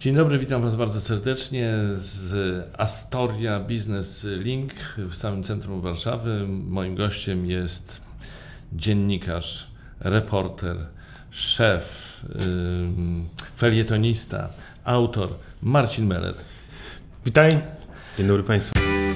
Dzień dobry, witam Was bardzo serdecznie z Astoria Business Link w samym centrum Warszawy. Moim gościem jest dziennikarz, reporter, szef, felietonista, autor Marcin Meller. Witaj, dzień dobry Państwu.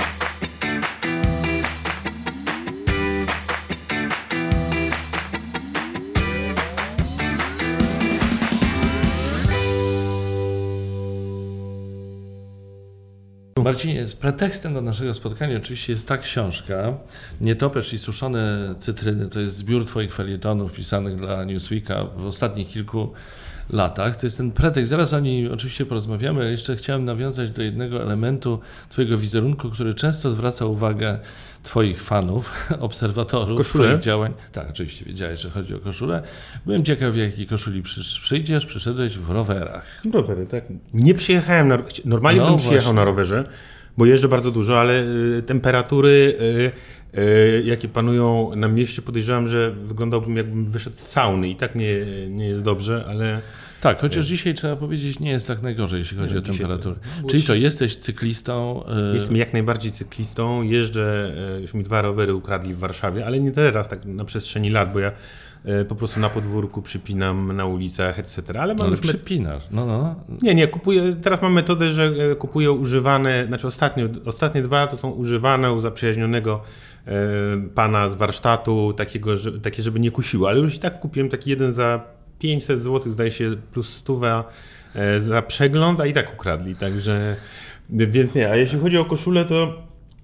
Marcinie, z pretekstem do naszego spotkania oczywiście jest ta książka, Nietoperz i suszone cytryny. To jest zbiór Twoich felietonów pisanych dla Newsweeka w ostatnich kilku latach. To jest ten pretekst, zaraz o niej oczywiście porozmawiamy, ale jeszcze chciałem nawiązać do jednego elementu Twojego wizerunku, który często zwraca uwagę Twoich fanów, obserwatorów, Twoich działań. Tak, oczywiście wiedziałeś, że chodzi o koszulę. Byłem ciekaw, w jakiej koszuli przyszedłeś w rowerach. Rowery, tak. Nie przyjechałem, normalnie bym przyjechał na rowerze, bo jeżdżę bardzo dużo, ale temperatury, jakie panują na mieście, podejrzewam, że wyglądałbym, jakbym wyszedł z sauny i tak nie jest dobrze, ale... Tak, chociaż dzisiaj trzeba powiedzieć, nie jest tak najgorzej, jeśli chodzi o temperaturę. Czyli to jesteś cyklistą? Jestem jak najbardziej cyklistą, jeżdżę, już mi 2 rowery ukradli w Warszawie, ale nie teraz, tak na przestrzeni lat, bo ja po prostu na podwórku przypinam na ulicach, etc. Ale mam przypinasz, no. Nie, kupuję, teraz mam metodę, że kupuję używane, znaczy ostatnie 2 to są używane u zaprzyjaźnionego pana z warsztatu, takie, żeby nie kusiło, ale już i tak kupiłem taki jeden za 500 zł, zdaje się, plus 100 za przegląd, a i tak ukradli, także, więc nie. A jeśli chodzi o koszulę, to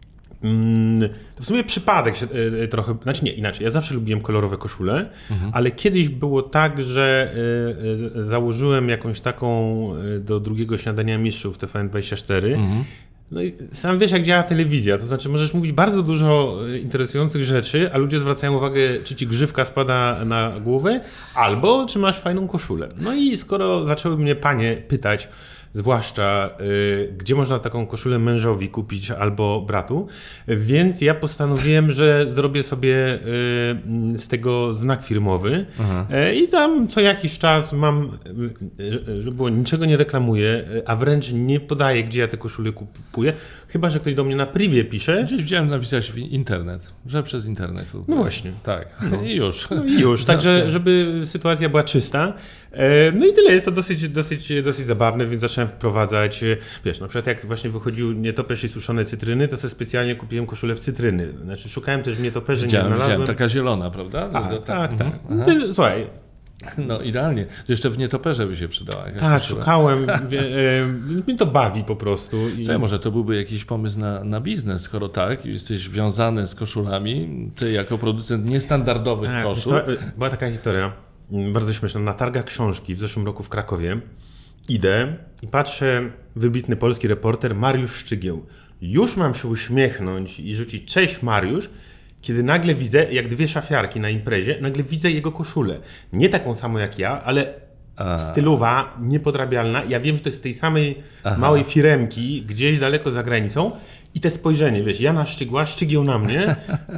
w sumie przypadek się trochę, znaczy nie, inaczej, ja zawsze lubiłem kolorowe koszule, ale kiedyś było tak, że założyłem jakąś taką do drugiego śniadania mistrzów TVN24. No i sam wiesz, jak działa telewizja, to znaczy możesz mówić bardzo dużo interesujących rzeczy, a ludzie zwracają uwagę, czy ci grzywka spada na głowę, albo czy masz fajną koszulę. No i skoro zaczęły mnie panie pytać, zwłaszcza gdzie można taką koszulę mężowi kupić albo bratu, więc ja postanowiłem, że zrobię sobie z tego znak firmowy. I tam co jakiś czas mam, że było, niczego nie reklamuję, a wręcz nie podaję, gdzie ja te koszule kupuję, chyba że ktoś do mnie na privie pisze. Gdzieś widziałem, napisałeś w internet, że przez internet. No właśnie. Tak, i już. Także żeby sytuacja była czysta. No i tyle, jest to dosyć zabawne, więc zacząłem wprowadzać, wiesz, na przykład jak właśnie wychodził Nietoperz i suszone cytryny, to sobie specjalnie kupiłem koszulę w cytryny. Znaczy szukałem też nietoperzy, nie znalazłem. Widziałem, taka zielona, prawda? Tak. Słuchaj. No idealnie. To jeszcze w nietoperze by się przydała. Tak, szukałem. Mnie to bawi po prostu. Słuchaj, może to byłby jakiś pomysł na biznes, skoro tak, jesteś wiązany z koszulami, ty jako producent niestandardowych koszul. Była taka historia, bardzo śmieszna. Na targach książki w zeszłym roku w Krakowie idę i patrzę, wybitny polski reporter Mariusz Szczygieł. Już mam się uśmiechnąć i rzucić cześć Mariusz, kiedy nagle widzę, jak 2 szafiarki na imprezie, nagle widzę jego koszulę. Nie taką samą jak ja, ale stylowa, niepodrabialna. Ja wiem, że to jest z tej samej małej firemki, gdzieś daleko za granicą. I te spojrzenie, wiesz, Jana Szczygieł na mnie,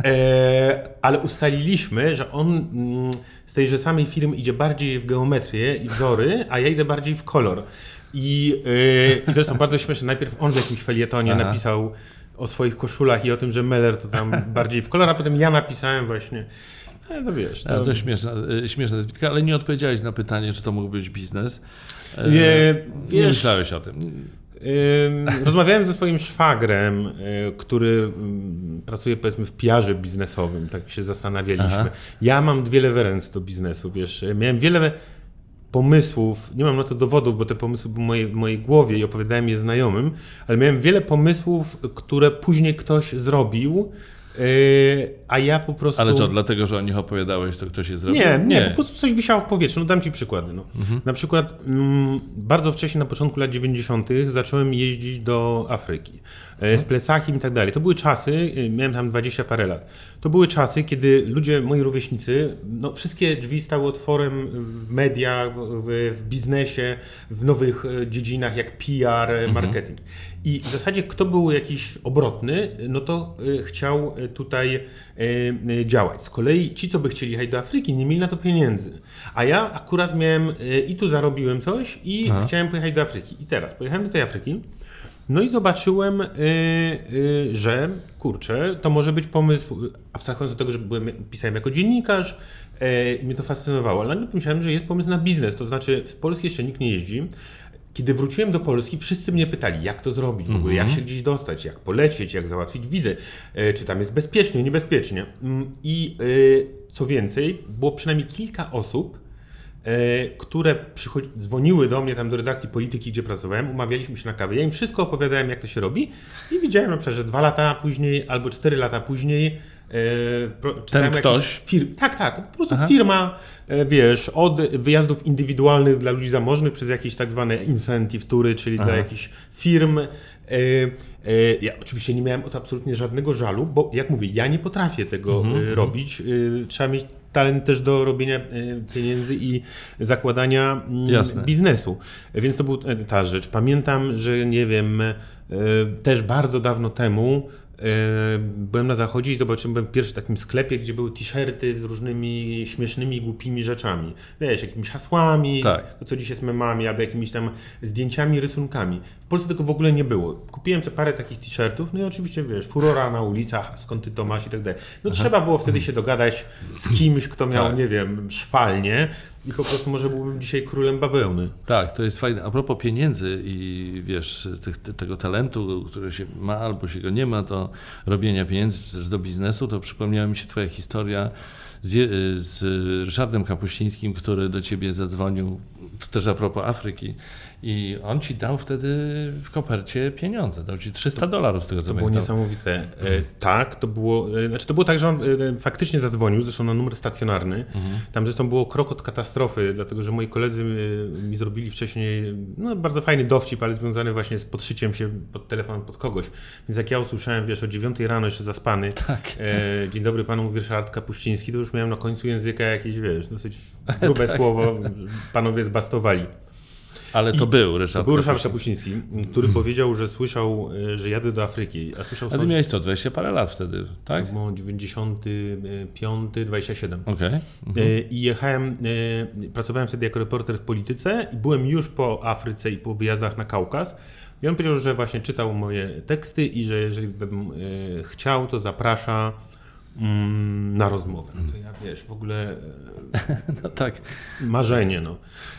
ale ustaliliśmy, że on z tejże samej firmy idzie bardziej w geometrię i wzory, a ja idę bardziej w kolor. I zresztą bardzo śmieszne, najpierw on w jakimś felietonie napisał o swoich koszulach i o tym, że Meller to tam bardziej w kolor, a potem ja napisałem właśnie, no wiesz. To śmieszna zbitka, ale nie odpowiedziałeś na pytanie, czy to mógł być biznes. Nie myślałeś o tym. Rozmawiałem ze swoim szwagrem, który pracuje, powiedzmy, w PR-ze biznesowym, tak się zastanawialiśmy. Ja mam wiele ręce do biznesu, wiesz, miałem wiele pomysłów, nie mam na to dowodów, bo te pomysły były w mojej głowie i opowiadałem je znajomym, ale miałem wiele pomysłów, które później ktoś zrobił, a ja po prostu... Ale co, dlatego, że o nich opowiadałeś, to ktoś je zrobił? Nie, po prostu coś wisiało w powietrzu. No dam ci przykłady. No. Na przykład bardzo wcześnie, na początku lat 90. zacząłem jeździć do Afryki z plecakiem i tak dalej. To były czasy, miałem tam 20 parę lat. To były czasy, kiedy ludzie, moi rówieśnicy, no wszystkie drzwi stały otworem w mediach, w biznesie, w nowych dziedzinach jak PR, marketing. I w zasadzie kto był jakiś obrotny, no to chciał tutaj działać. Z kolei ci, co by chcieli jechać do Afryki, nie mieli na to pieniędzy. A ja akurat miałem i tu zarobiłem coś i chciałem pojechać do Afryki. I teraz pojechałem do tej Afryki, no i zobaczyłem, że kurczę, to może być pomysł, abstrahując od tego, że pisałem jako dziennikarz i mnie to fascynowało, ale nagle pomyślałem, że jest pomysł na biznes, to znaczy z Polski jeszcze nikt nie jeździ. Kiedy wróciłem do Polski, wszyscy mnie pytali, jak to zrobić, w ogóle jak się gdzieś dostać, jak polecieć, jak załatwić wizę, czy tam jest bezpiecznie, niebezpiecznie. I co więcej, było przynajmniej kilka osób, które dzwoniły do mnie tam do redakcji Polityki, gdzie pracowałem, umawialiśmy się na kawę. Ja im wszystko opowiadałem, jak to się robi i widziałem na przykład, że 2 lata później albo 4 lata później ten ktoś? Tak. Po prostu firma, wiesz, od wyjazdów indywidualnych dla ludzi zamożnych przez jakieś tak zwane incentive tury, czyli dla jakichś firm. Ja oczywiście nie miałem o to absolutnie żadnego żalu, bo jak mówię, ja nie potrafię tego robić. Trzeba mieć talent też do robienia pieniędzy i zakładania biznesu. Więc to była ta rzecz. Pamiętam, że nie wiem, też bardzo dawno temu byłem na zachodzie i zobaczyłem, byłem w pierwszym takim sklepie, gdzie były t-shirty z różnymi śmiesznymi, głupimi rzeczami. Wiesz, jakimiś hasłami, to co dziś jest memami, albo jakimiś tam zdjęciami, rysunkami. W Polsce tego w ogóle nie było. Kupiłem sobie parę takich t-shirtów, no i oczywiście, wiesz, furora na ulicach, skąd ty to masz i tak dalej. No trzeba było wtedy się dogadać z kimś, kto miał, nie wiem, szwalnię i po prostu może byłbym dzisiaj królem bawełny. Tak, to jest fajne. A propos pieniędzy i wiesz, tego talentu, który się ma albo się go nie ma, to robienia pieniędzy, czy też do biznesu, to przypomniała mi się twoja historia z Ryszardem Kapuścińskim, który do ciebie zadzwonił, to też a propos Afryki, i on ci dał wtedy w kopercie pieniądze, dał ci $300 z tego, co to było niesamowite. Tak, to było tak, że on faktycznie zadzwonił, zresztą na numer stacjonarny. Tam zresztą było krok od katastrofy, dlatego że moi koledzy mi zrobili wcześniej bardzo fajny dowcip, ale związany właśnie z podszyciem się pod telefon pod kogoś. Więc jak ja usłyszałem, wiesz, o 9 rano jeszcze zaspany, dzień dobry panu, mówi Ryszard Kapuściński, to już miałem na końcu języka jakieś, wiesz, dosyć grube słowo, panowie zbastowali. Ale to był Ryszard Kapuściński, który powiedział, że słyszał, że jadę do Afryki. A ty miałeś co, 20 parę lat wtedy, tak? To było 95, 27. Okay. I jechałem, pracowałem wtedy jako reporter w Polityce i byłem już po Afryce i po wyjazdach na Kaukaz. I on powiedział, że właśnie czytał moje teksty i że jeżeli bym chciał, to zaprasza na rozmowę. No to ja, wiesz, w ogóle no tak. Marzenie, no.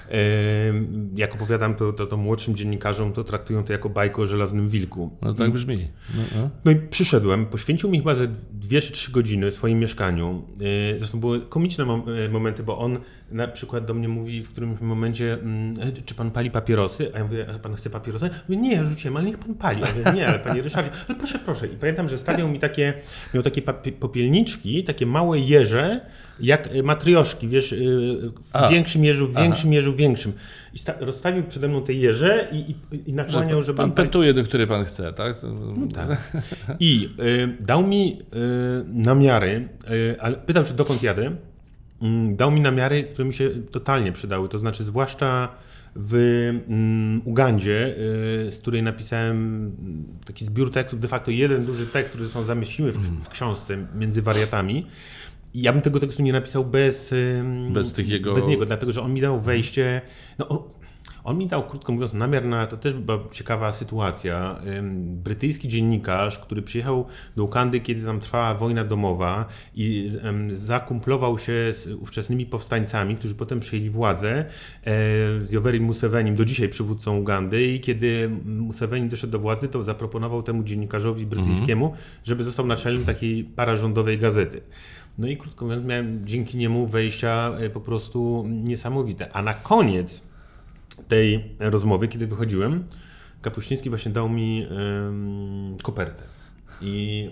Jak opowiadam to młodszym dziennikarzom, to traktują to jako bajkę o żelaznym wilku. No tak brzmi. No i przyszedłem, poświęcił mi chyba ze 2 czy 3 godziny w swoim mieszkaniu. Zresztą były komiczne momenty, bo on na przykład do mnie mówi w którymś momencie, czy pan pali papierosy? A ja mówię, a pan chce papierosy? Mówię, nie, ja rzuciłem, ale niech pan pali. Ja mówię, nie, ale panie Ryszardzie, ale proszę. I pamiętam, że stawiał mi miał takie popielniczki, takie małe jeże, jak matrioszki, wiesz, w większym jeżu, w większym. I rozstawił przede mną te jeże i nakłaniał, żeby... Pan petuje, do której pan chce, tak? No tak. I dał mi namiary, ale pytał się, dokąd jadę. Dał mi namiary, które mi się totalnie przydały, to znaczy zwłaszcza w Ugandzie, z której napisałem taki zbiór tekstów, de facto jeden duży tekst, który są zamieściły w książce Między wariatami. I ja bym tego tekstu nie napisał bez niego, dlatego że on mi dał wejście. No, on mi dał, krótko mówiąc, namiar na, to też była ciekawa sytuacja. Brytyjski dziennikarz, który przyjechał do Ugandy, kiedy tam trwała wojna domowa i zakumplował się z ówczesnymi powstańcami, którzy potem przejęli władzę, z Yoweri Musevenim, do dzisiaj przywódcą Ugandy, i kiedy Museveni doszedł do władzy, to zaproponował temu dziennikarzowi brytyjskiemu, żeby został naczelnikiem takiej pararządowej gazety. No i krótko mówiąc, miałem dzięki niemu wejścia po prostu niesamowite. A na koniec tej rozmowy, kiedy wychodziłem, Kapuściński właśnie dał mi kopertę. I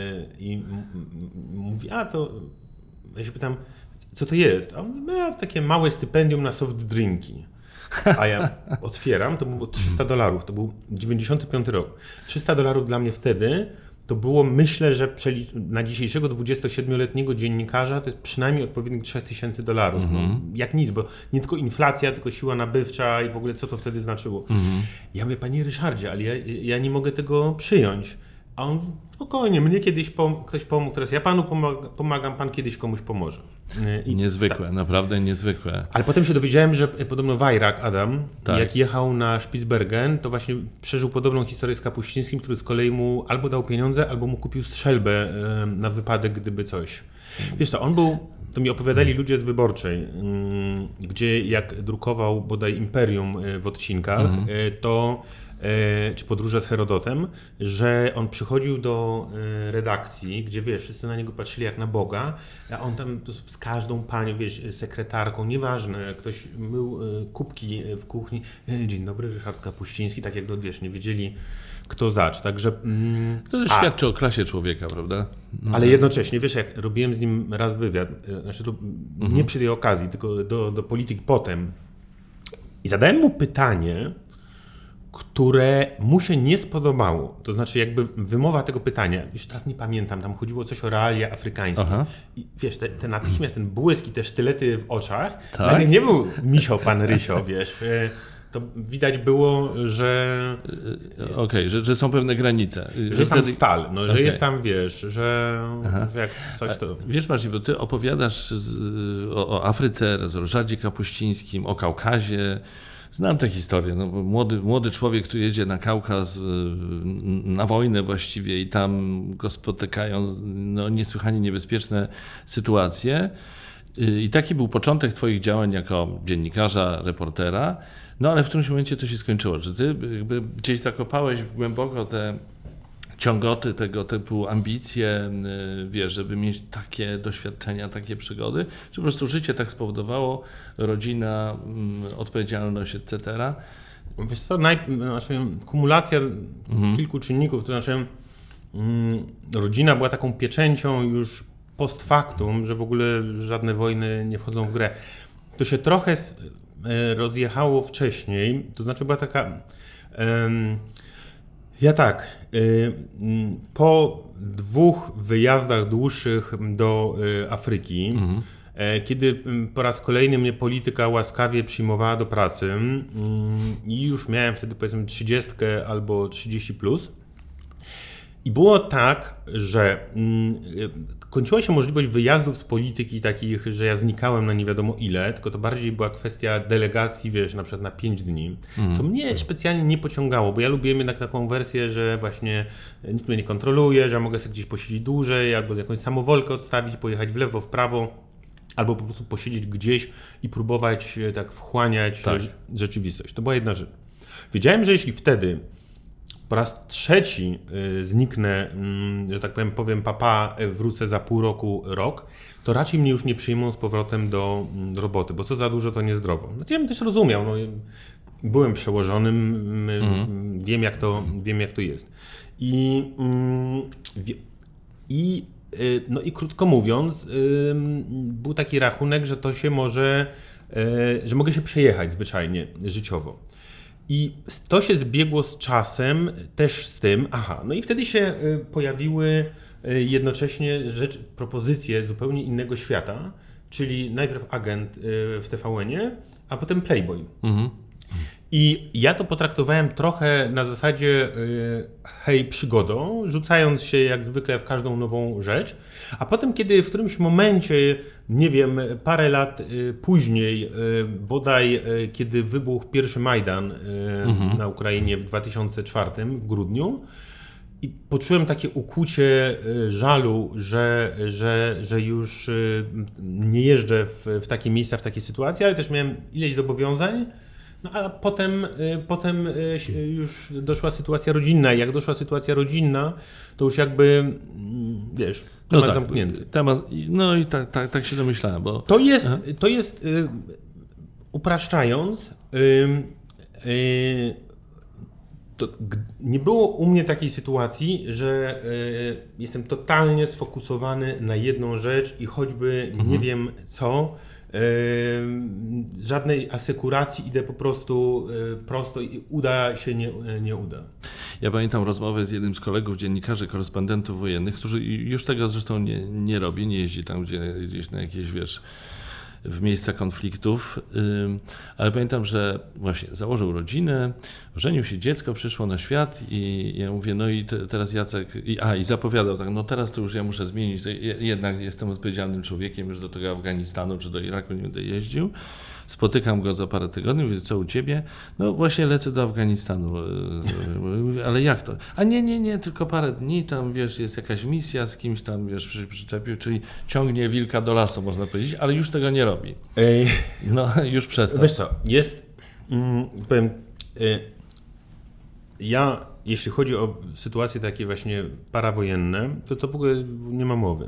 mówi, ja się pytam, co to jest? A on mówi, takie małe stypendium na soft drinki. A ja otwieram, to było $300, to był 95 rok. $300 dla mnie wtedy to było, myślę, że na dzisiejszego 27-letniego dziennikarza to jest przynajmniej odpowiednik $3000. No, jak nic, bo nie tylko inflacja, tylko siła nabywcza i w ogóle co to wtedy znaczyło. Ja mówię, panie Ryszardzie, ale ja nie mogę tego przyjąć. A on, spokojnie, mnie kiedyś ktoś pomógł, teraz ja panu pomagam, pan kiedyś komuś pomoże. Niezwykłe, tak. Naprawdę niezwykłe. Ale potem się dowiedziałem, że podobno Wajrak Adam, jak jechał na Spitsbergen, to właśnie przeżył podobną historię z Kapuścińskim, który z kolei mu albo dał pieniądze, albo mu kupił strzelbę na wypadek, gdyby coś. Wiesz co, to mi opowiadali ludzie z Wyborczej, gdzie jak drukował bodaj Imperium w odcinkach, czy Podróże z Herodotem, że on przychodził do redakcji, gdzie wiesz, wszyscy na niego patrzyli jak na Boga, a on tam z każdą panią, wiesz, sekretarką, nieważne, ktoś mył kubki w kuchni. Dzień dobry, Ryszard Kapuściński, tak jak wiesz, nie wiedzieli kto zacz, także... To też świadczy o klasie człowieka, prawda? Ale jednocześnie, wiesz, jak robiłem z nim raz wywiad, znaczy to nie przy tej okazji, tylko do polityki potem, i zadałem mu pytanie, które mu się nie spodobało. To znaczy jakby wymowa tego pytania, już teraz nie pamiętam, tam chodziło coś o realia afrykańskie. Aha. I wiesz, natychmiast ten błysk i te sztylety w oczach, tak? Nie był misio pan Rysio, wiesz. To widać było, że... Okej, że są pewne granice. Że jest tam stal, że jest tam, wiesz, że jak coś to... Wiesz, Marcin, bo ty opowiadasz o Afryce, o Ryszardzie Kapuścińskim, o Kaukazie. Znam tę historię, bo młody człowiek, który jedzie na Kaukaz, na wojnę właściwie i tam go spotykają niesłychanie niebezpieczne sytuacje. I taki był początek twoich działań jako dziennikarza, reportera, ale w którymś momencie to się skończyło, że ty jakby gdzieś zakopałeś głęboko te ciągoty, tego typu ambicje, wiesz, żeby mieć takie doświadczenia, takie przygody, że po prostu życie tak spowodowało, rodzina, odpowiedzialność, etc. Wiesz co, kumulacja kilku czynników, to znaczy rodzina była taką pieczęcią już post factum, że w ogóle żadne wojny nie wchodzą w grę. To się trochę rozjechało wcześniej, to znaczy była taka... po 2 wyjazdach dłuższych do Afryki, kiedy po raz kolejny mnie polityka łaskawie przyjmowała do pracy i już miałem wtedy powiedzmy 30 albo 30+. I było tak, że kończyła się możliwość wyjazdów z polityki takich, że ja znikałem na nie wiadomo ile, tylko to bardziej była kwestia delegacji, wiesz, na przykład na 5 dni, co mnie specjalnie nie pociągało, bo ja lubiłem jednak taką wersję, że właśnie nikt mnie nie kontroluje, że ja mogę sobie gdzieś posiedzieć dłużej, albo jakąś samowolkę odstawić, pojechać w lewo, w prawo, albo po prostu posiedzieć gdzieś i próbować tak wchłaniać rzeczywistość. To była jedna rzecz. Wiedziałem, że jeśli wtedy po raz 3 zniknę, że tak powiem papa, wrócę za pół roku, rok, to raczej mnie już nie przyjmą z powrotem do roboty, bo co za dużo, to niezdrowo. Znaczy ja bym też rozumiał, byłem przełożonym, wiem jak to jest. I krótko mówiąc, był taki rachunek, że to się może, że mogę się przejechać zwyczajnie, życiowo. I to się zbiegło z czasem też z tym, i wtedy się pojawiły jednocześnie propozycje zupełnie innego świata, czyli najpierw agent w TVN-ie, a potem Playboy. I ja to potraktowałem trochę na zasadzie hej, przygodą, rzucając się jak zwykle w każdą nową rzecz, a potem kiedy w którymś momencie, nie wiem, parę lat później, bodaj kiedy wybuchł pierwszy Majdan na Ukrainie w 2004 w grudniu, i poczułem takie ukłucie żalu, że już nie jeżdżę w takie miejsca, w takie sytuacje, ale też miałem ileś zobowiązań. A potem już doszła sytuacja rodzinna. Jak doszła sytuacja rodzinna, to już jakby, wiesz, temat zamknięty. I tak się domyślałem, bo... To jest upraszczając, nie było u mnie takiej sytuacji, że jestem totalnie sfokusowany na jedną rzecz i choćby nie wiem co, żadnej asekuracji, idę po prostu prosto i uda się, nie uda. Ja pamiętam rozmowę z jednym z kolegów dziennikarzy, korespondentów wojennych, którzy już tego zresztą nie robi, nie jeździ tam gdzieś na jakieś, wiesz, w miejsca konfliktów, ale pamiętam, że właśnie założył rodzinę, żenił się, dziecko przyszło na świat i ja mówię, no i teraz Jacek, i zapowiadał tak, no teraz to już ja muszę zmienić, jednak jestem odpowiedzialnym człowiekiem, już do tego Afganistanu czy do Iraku nie będę jeździł. Spotykam go za parę tygodni, mówię, co u ciebie? No właśnie lecę do Afganistanu. Mówię, ale jak to? A nie, tylko parę dni, tam wiesz, jest jakaś misja z kimś tam, wiesz, przyczepił, czyli ciągnie wilka do lasu, można powiedzieć, ale już tego nie robi. No, już przestał. Wiesz co, powiem, ja, jeśli chodzi o sytuacje takie właśnie parawojenne, to w ogóle nie ma mowy.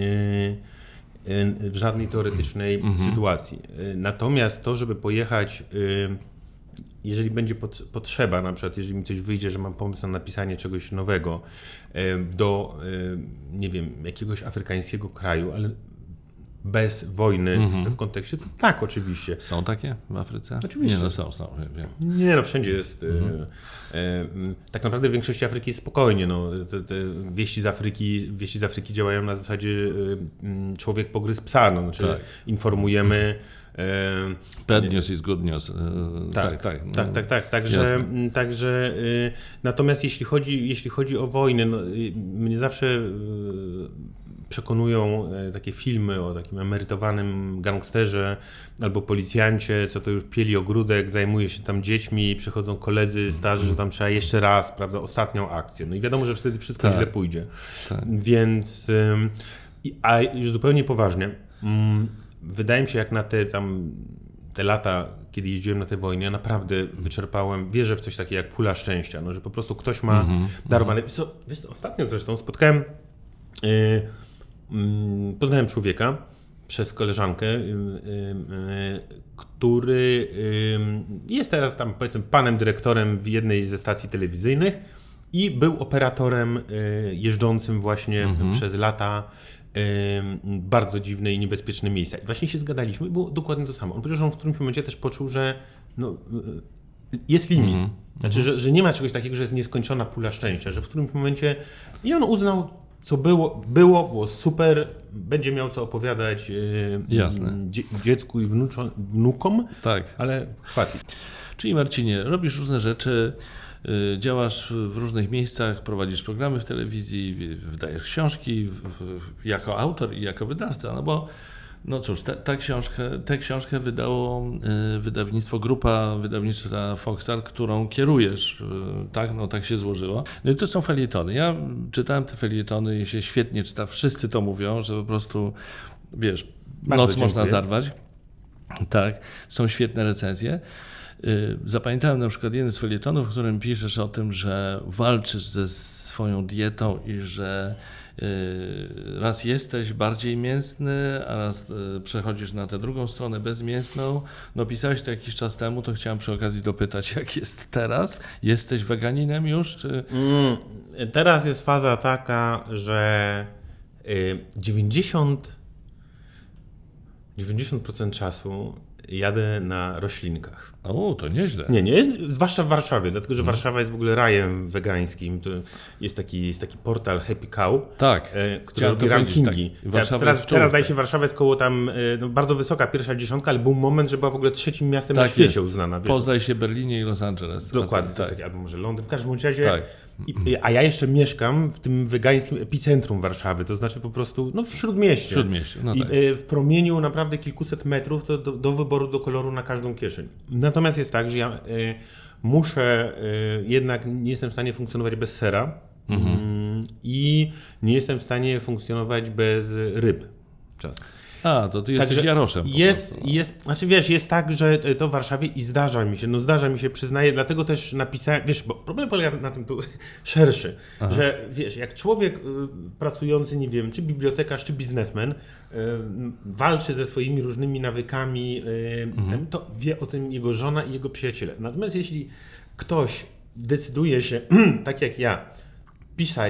W żadnej teoretycznej sytuacji. Natomiast to, żeby pojechać, jeżeli będzie potrzeba, na przykład jeżeli mi coś wyjdzie, że mam pomysł na napisanie czegoś nowego do, nie wiem, jakiegoś afrykańskiego kraju, ale bez wojny w kontekście, to tak, oczywiście. Są takie w Afryce? Oczywiście. Nie, no są, wiem. Nie, no wszędzie jest. Tak naprawdę w większości Afryki jest spokojnie. No, te wieści z Afryki działają na zasadzie człowiek pogryzł psa. No, znaczy tak. Informujemy. Bad news is good news. Tak. Także natomiast jeśli chodzi o wojnę, no, mnie zawsze przekonują takie filmy o takim emerytowanym gangsterze albo policjancie, co to już pieli ogródek, zajmuje się tam dziećmi, przychodzą koledzy starzy, że tam trzeba jeszcze raz, prawda, ostatnią akcję. No i wiadomo, że wtedy wszystko źle pójdzie. Tak. Więc, a już zupełnie poważnie, wydaje mi się, jak na te lata, kiedy jeździłem na tę wojnę, ja naprawdę wierzę w coś takiego jak pula szczęścia, no, że po prostu ktoś ma darowane. Wiesz co, ostatnio zresztą spotkałem, poznałem człowieka przez koleżankę, który jest teraz tam, powiedzmy, panem dyrektorem w jednej ze stacji telewizyjnych i był operatorem jeżdżącym właśnie przez lata bardzo dziwne i niebezpieczne miejsca. I właśnie się zgadaliśmy, było dokładnie to samo. On powiedział, że on w którymś momencie też poczuł, że no, jest limit. Znaczy, że nie ma czegoś takiego, że jest nieskończona pula szczęścia, że w którymś momencie i on uznał, co było super, będzie miał co opowiadać dziecku i wnukom, tak. Ale chwati. Czyli Marcinie, robisz różne rzeczy, działasz w różnych miejscach, prowadzisz programy w telewizji, wydajesz książki jako autor i jako wydawca, no bo no cóż, tę książkę wydało grupa wydawnictwa Foxar, którą kierujesz, tak? No tak się złożyło. No i to są felietony. Ja czytałem te felietony i się świetnie czyta. Wszyscy to mówią, że po prostu, wiesz, noc można zarwać. Tak, są świetne recenzje. Zapamiętałem na przykład jeden z felietonów, w którym piszesz o tym, że walczysz ze swoją dietą i że raz jesteś bardziej mięsny, a raz przechodzisz na tę drugą stronę bezmięsną. No pisałeś to jakiś czas temu, to chciałem przy okazji dopytać, jak jest teraz? Jesteś weganinem już? Czy... Teraz jest faza taka, że 90% czasu jadę na roślinkach. O, to nieźle. Nie, zwłaszcza w Warszawie, dlatego że Warszawa jest w ogóle rajem wegańskim. To jest taki portal Happy Cow, tak, który robi rankingi. Tak. Teraz zdaje się, Warszawa jest koło tam bardzo wysoka pierwsza dziesiątka, ale był moment, że była w ogóle trzecim miastem na świecie uznana. Po zdaje się Berlinie i Los Angeles. Dokładnie, coś takiego, albo może Londyn. W każdym razie. Tak. A ja jeszcze mieszkam w tym wegańskim epicentrum Warszawy, to znaczy po prostu w śródmieście. No tak. I w promieniu naprawdę kilkuset metrów to do wyboru, do koloru na każdą kieszeń. Natomiast jest tak, że ja muszę, jednak nie jestem w stanie funkcjonować bez sera i nie jestem w stanie funkcjonować bez ryb czasem. A, to ty jesteś Jaroszem. Znaczy wiesz, jest tak, że to w Warszawie i zdarza mi się, przyznaję, dlatego też napisałem, wiesz, bo problem polega na tym tu szerszy, że wiesz, jak człowiek pracujący, nie wiem, czy bibliotekarz, czy biznesmen, walczy ze swoimi różnymi nawykami, to wie o tym jego żona i jego przyjaciele. Natomiast jeśli ktoś decyduje się, tak jak ja, pisać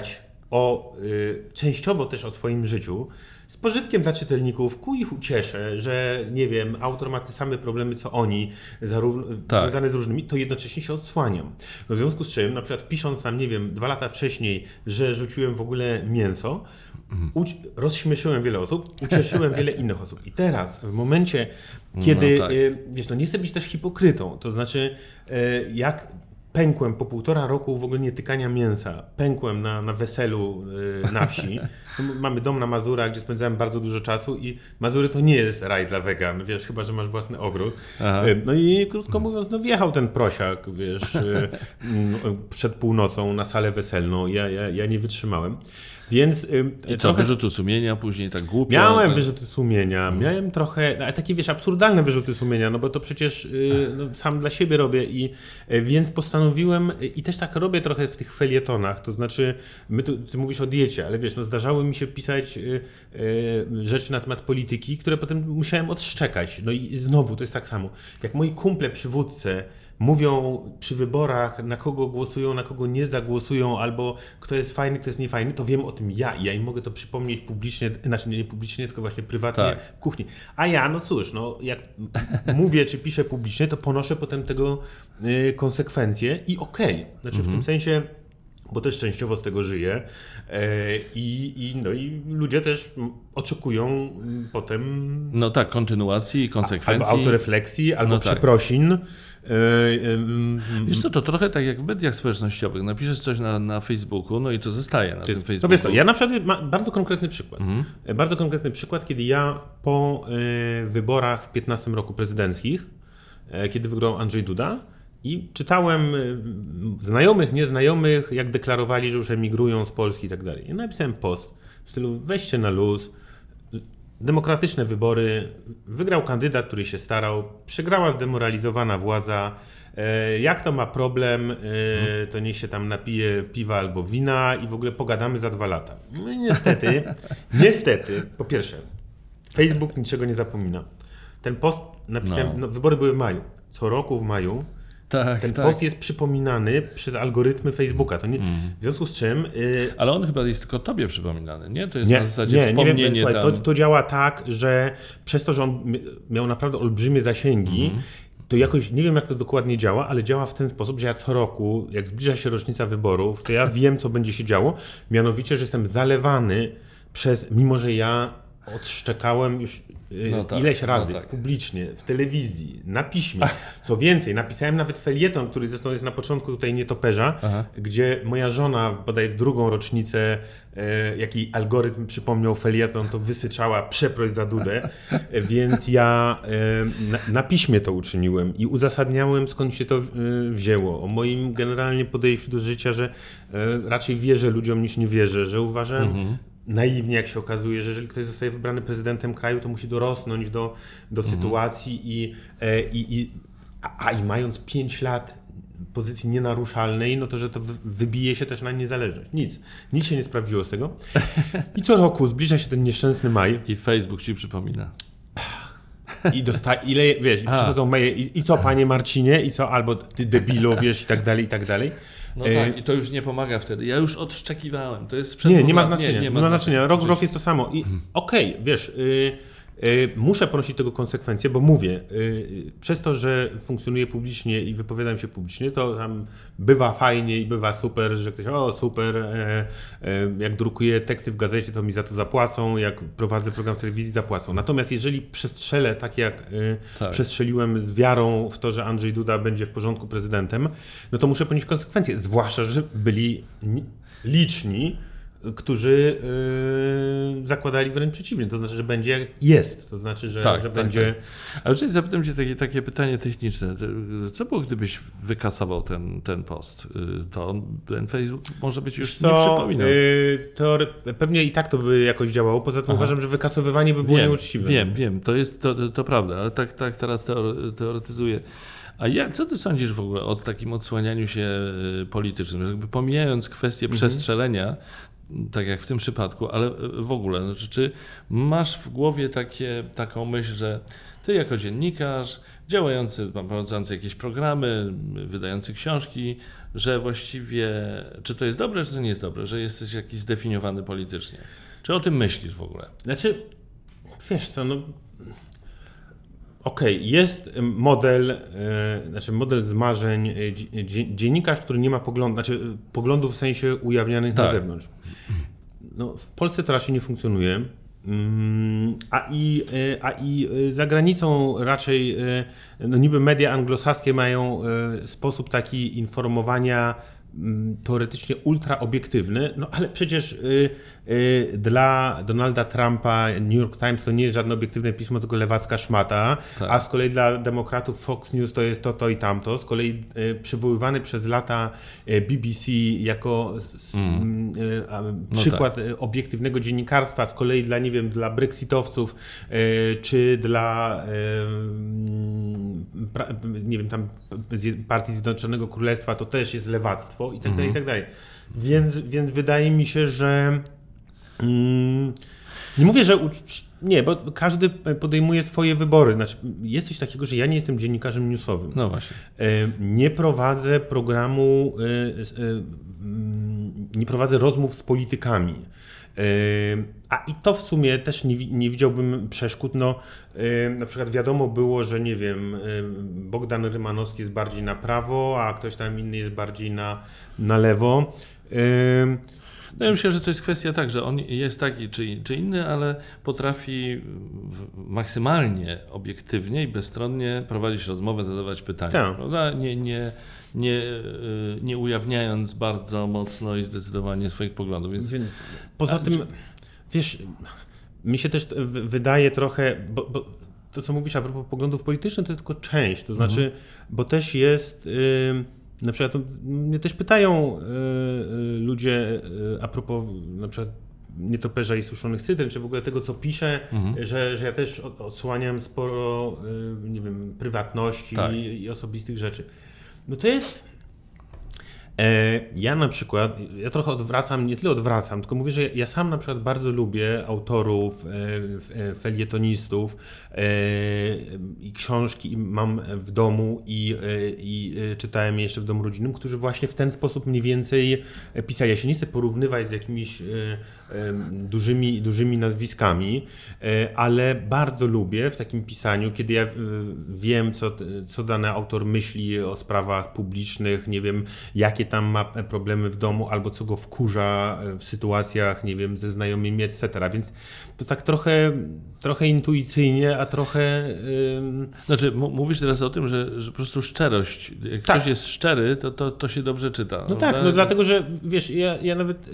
częściowo też o swoim życiu, z pożytkiem dla czytelników, ku ich ucieszę, że nie wiem, autor ma te same problemy co oni, związane z różnymi, to jednocześnie się odsłaniam. No w związku z czym, na przykład pisząc tam, nie wiem, 2 lata wcześniej, że rzuciłem w ogóle mięso, rozśmieszyłem wiele osób, ucieszyłem wiele innych osób. I teraz, w momencie, kiedy, wiesz, no nie chcę być też hipokrytą, to znaczy, jak pękłem po 1,5 roku w ogóle nietykania mięsa, pękłem na weselu na wsi. Mamy dom na Mazurach, gdzie spędzałem bardzo dużo czasu i Mazury to nie jest raj dla wegan, wiesz, chyba że masz własny ogród. Aha. No i krótko mówiąc, no wjechał ten prosiak, wiesz, przed północą na salę weselną. Ja nie wytrzymałem. Więc i trochę wyrzuty sumienia później tak głupio. Miałem wyrzuty sumienia, miałem trochę, ale takie wiesz, absurdalne wyrzuty sumienia, no bo to przecież sam dla siebie robię więc postanowiłem i też tak robię trochę w tych felietonach, to znaczy ty mówisz o diecie, ale wiesz, no zdarzało mi się pisać rzeczy na temat polityki, które potem musiałem odszczekać. No i znowu to jest tak samo. Jak moi kumple przywódcy mówią przy wyborach, na kogo głosują, na kogo nie zagłosują, albo kto jest fajny, kto jest niefajny, to wiem o tym ja i ja im mogę to przypomnieć publicznie, znaczy nie publicznie, tylko właśnie prywatnie w kuchni. A ja, no cóż, no jak mówię czy piszę publicznie, to ponoszę potem tego konsekwencje i okej. Znaczy w tym sensie, bo też częściowo z tego żyję no i ludzie też oczekują potem... No tak, kontynuacji i konsekwencji. Albo autorefleksji, albo przeprosin. Wiesz co, to trochę tak jak w mediach społecznościowych. Napiszesz coś na Facebooku, no i to zostaje na tym Facebooku. No wiesz co, ja na przykład mam bardzo konkretny przykład. Bardzo konkretny przykład, kiedy ja po wyborach w 2015 roku prezydenckich, kiedy wygrał Andrzej Duda, i czytałem znajomych, nieznajomych, jak deklarowali, że już emigrują z Polski i tak dalej. I napisałem post w stylu weźcie na luz, demokratyczne wybory, wygrał kandydat, który się starał, przegrała zdemoralizowana władza, jak to ma problem, to niech się tam napije piwa albo wina i w ogóle pogadamy za 2 lata. No i niestety, po pierwsze, Facebook niczego nie zapomina. Ten post napisałem, wybory były w maju. Co roku w maju ten post jest przypominany przez algorytmy Facebooka. To nie, w związku z czym... Ale on chyba jest tylko tobie przypominany, nie? To jest na zasadzie wspomnienie. Nie, słuchaj, to działa tak, że przez to, że on miał naprawdę olbrzymie zasięgi, to jakoś, nie wiem jak to dokładnie działa, ale działa w ten sposób, że ja co roku, jak zbliża się rocznica wyborów, to ja wiem, co będzie się działo. Mianowicie, że jestem zalewany mimo że ja odszczekałem już ileś razy publicznie, w telewizji, na piśmie. Co więcej, napisałem nawet felieton, który zresztą jest na początku tutaj Nietoperza, gdzie moja żona, bodaj w 2. rocznicę, jaki algorytm przypomniał felieton, to wysyczała przeproś za Dudę, więc ja na piśmie to uczyniłem i uzasadniałem, skąd się to wzięło. O moim generalnie podejściu do życia, że raczej wierzę ludziom niż nie wierzę, że uważam naiwnie, jak się okazuje, że jeżeli ktoś zostaje wybrany prezydentem kraju, to musi dorosnąć do sytuacji i mając 5 lat pozycji nienaruszalnej, no to, że to wybije się też na niezależność. Nic się nie sprawdziło z tego. I co roku zbliża się ten nieszczęsny maj. I Facebook ci przypomina. I przychodzą maile, i co, panie Marcinie, i co, albo ty debilu, wiesz, i tak dalej, i tak dalej. No tak, i to już nie pomaga wtedy. Ja już odszczekiwałem. To jest nie ma znaczenia. Nie ma znaczenia. Rok w rok jest to samo. I okej, wiesz, muszę ponosić tego konsekwencje, bo mówię, przez to, że funkcjonuję publicznie i wypowiadam się publicznie, to tam bywa fajnie i bywa super, że ktoś, super, jak drukuję teksty w gazecie, to mi za to zapłacą, jak prowadzę program w telewizji, zapłacą. Natomiast jeżeli przestrzelę, tak jak przestrzeliłem z wiarą w to, że Andrzej Duda będzie w porządku prezydentem, no to muszę ponieść konsekwencje, zwłaszcza, że byli liczni, którzy zakładali wręcz przeciwnie, to znaczy, że będzie jak jest, to znaczy, że będzie... Tak. Ale czyli zapytam cię takie pytanie techniczne. Co było, gdybyś wykasował ten post? To ten Facebook może być już nie przypominał. Pewnie i tak to by jakoś działało, poza tym uważam, że wykasowywanie by było nieuczciwe. Wiem, to prawda, ale tak teraz teoretyzuję. A co ty sądzisz w ogóle o takim odsłanianiu się politycznym? Jakby pomijając kwestię przestrzelenia, tak jak w tym przypadku, ale w ogóle, znaczy, czy masz w głowie taką myśl, że ty jako dziennikarz, działający, prowadzący jakieś programy, wydający książki, że właściwie, czy to jest dobre, czy to nie jest dobre, że jesteś jakiś zdefiniowany politycznie? Czy o tym myślisz w ogóle? Znaczy, wiesz co, no... Okej, jest model z marzeń, dziennikarz, który nie ma poglądów w sensie ujawnionych na zewnątrz. No, w Polsce to raczej nie funkcjonuje, a i za granicą raczej, no niby media anglosaskie mają sposób taki informowania teoretycznie ultraobiektywny, no ale przecież dla Donalda Trumpa New York Times to nie jest żadne obiektywne pismo, tylko lewacka szmata, a z kolei dla demokratów Fox News to jest to i tamto. Z kolei przywoływany przez lata BBC jako przykład obiektywnego dziennikarstwa, z kolei dla, nie wiem, dla brexitowców czy dla nie wiem, tam Partii Zjednoczonego Królestwa to też jest lewactwo i tak dalej, i tak dalej. Więc wydaje mi się, że nie mówię, że nie, bo każdy podejmuje swoje wybory. Znaczy, jest coś takiego, że ja nie jestem dziennikarzem newsowym. No właśnie. Nie prowadzę programu, nie prowadzę rozmów z politykami. A i to w sumie też nie widziałbym przeszkód. No, na przykład wiadomo było, że nie wiem, Bogdan Rymanowski jest bardziej na prawo, a ktoś tam inny jest bardziej na lewo. No ja myślę, że to jest kwestia tak, że on jest taki czy inny, ale potrafi maksymalnie obiektywnie i bezstronnie prowadzić rozmowę, zadawać pytania. Tak. Prawda? Nie ujawniając bardzo mocno i zdecydowanie swoich poglądów. Więc... Poza tym, wiesz, mi się też wydaje trochę, bo to, co mówisz a propos poglądów politycznych, to jest tylko część. To znaczy, bo też jest... Na przykład mnie też pytają ludzie a propos na przykład nietoperza i suszonych cytryn, czy w ogóle tego, co piszę, że ja też odsłaniam sporo, nie wiem, prywatności i osobistych rzeczy. No to jest... Ja na przykład, ja trochę odwracam, nie tyle odwracam, tylko mówię, że ja sam na przykład bardzo lubię autorów, felietonistów i książki mam w domu i czytałem je jeszcze w domu rodzinnym, którzy właśnie w ten sposób mniej więcej pisali. Ja się nie chcę porównywać z jakimiś dużymi nazwiskami, ale bardzo lubię w takim pisaniu, kiedy ja wiem, co dany autor myśli o sprawach publicznych, nie wiem, jakie tam ma problemy w domu, albo co go wkurza w sytuacjach, nie wiem, ze znajomymi, etc. Więc to tak trochę intuicyjnie, a trochę... Znaczy, mówisz teraz o tym, że po prostu szczerość, jak ktoś jest szczery, to się dobrze czyta. No tak, no dlatego, że wiesz, ja nawet...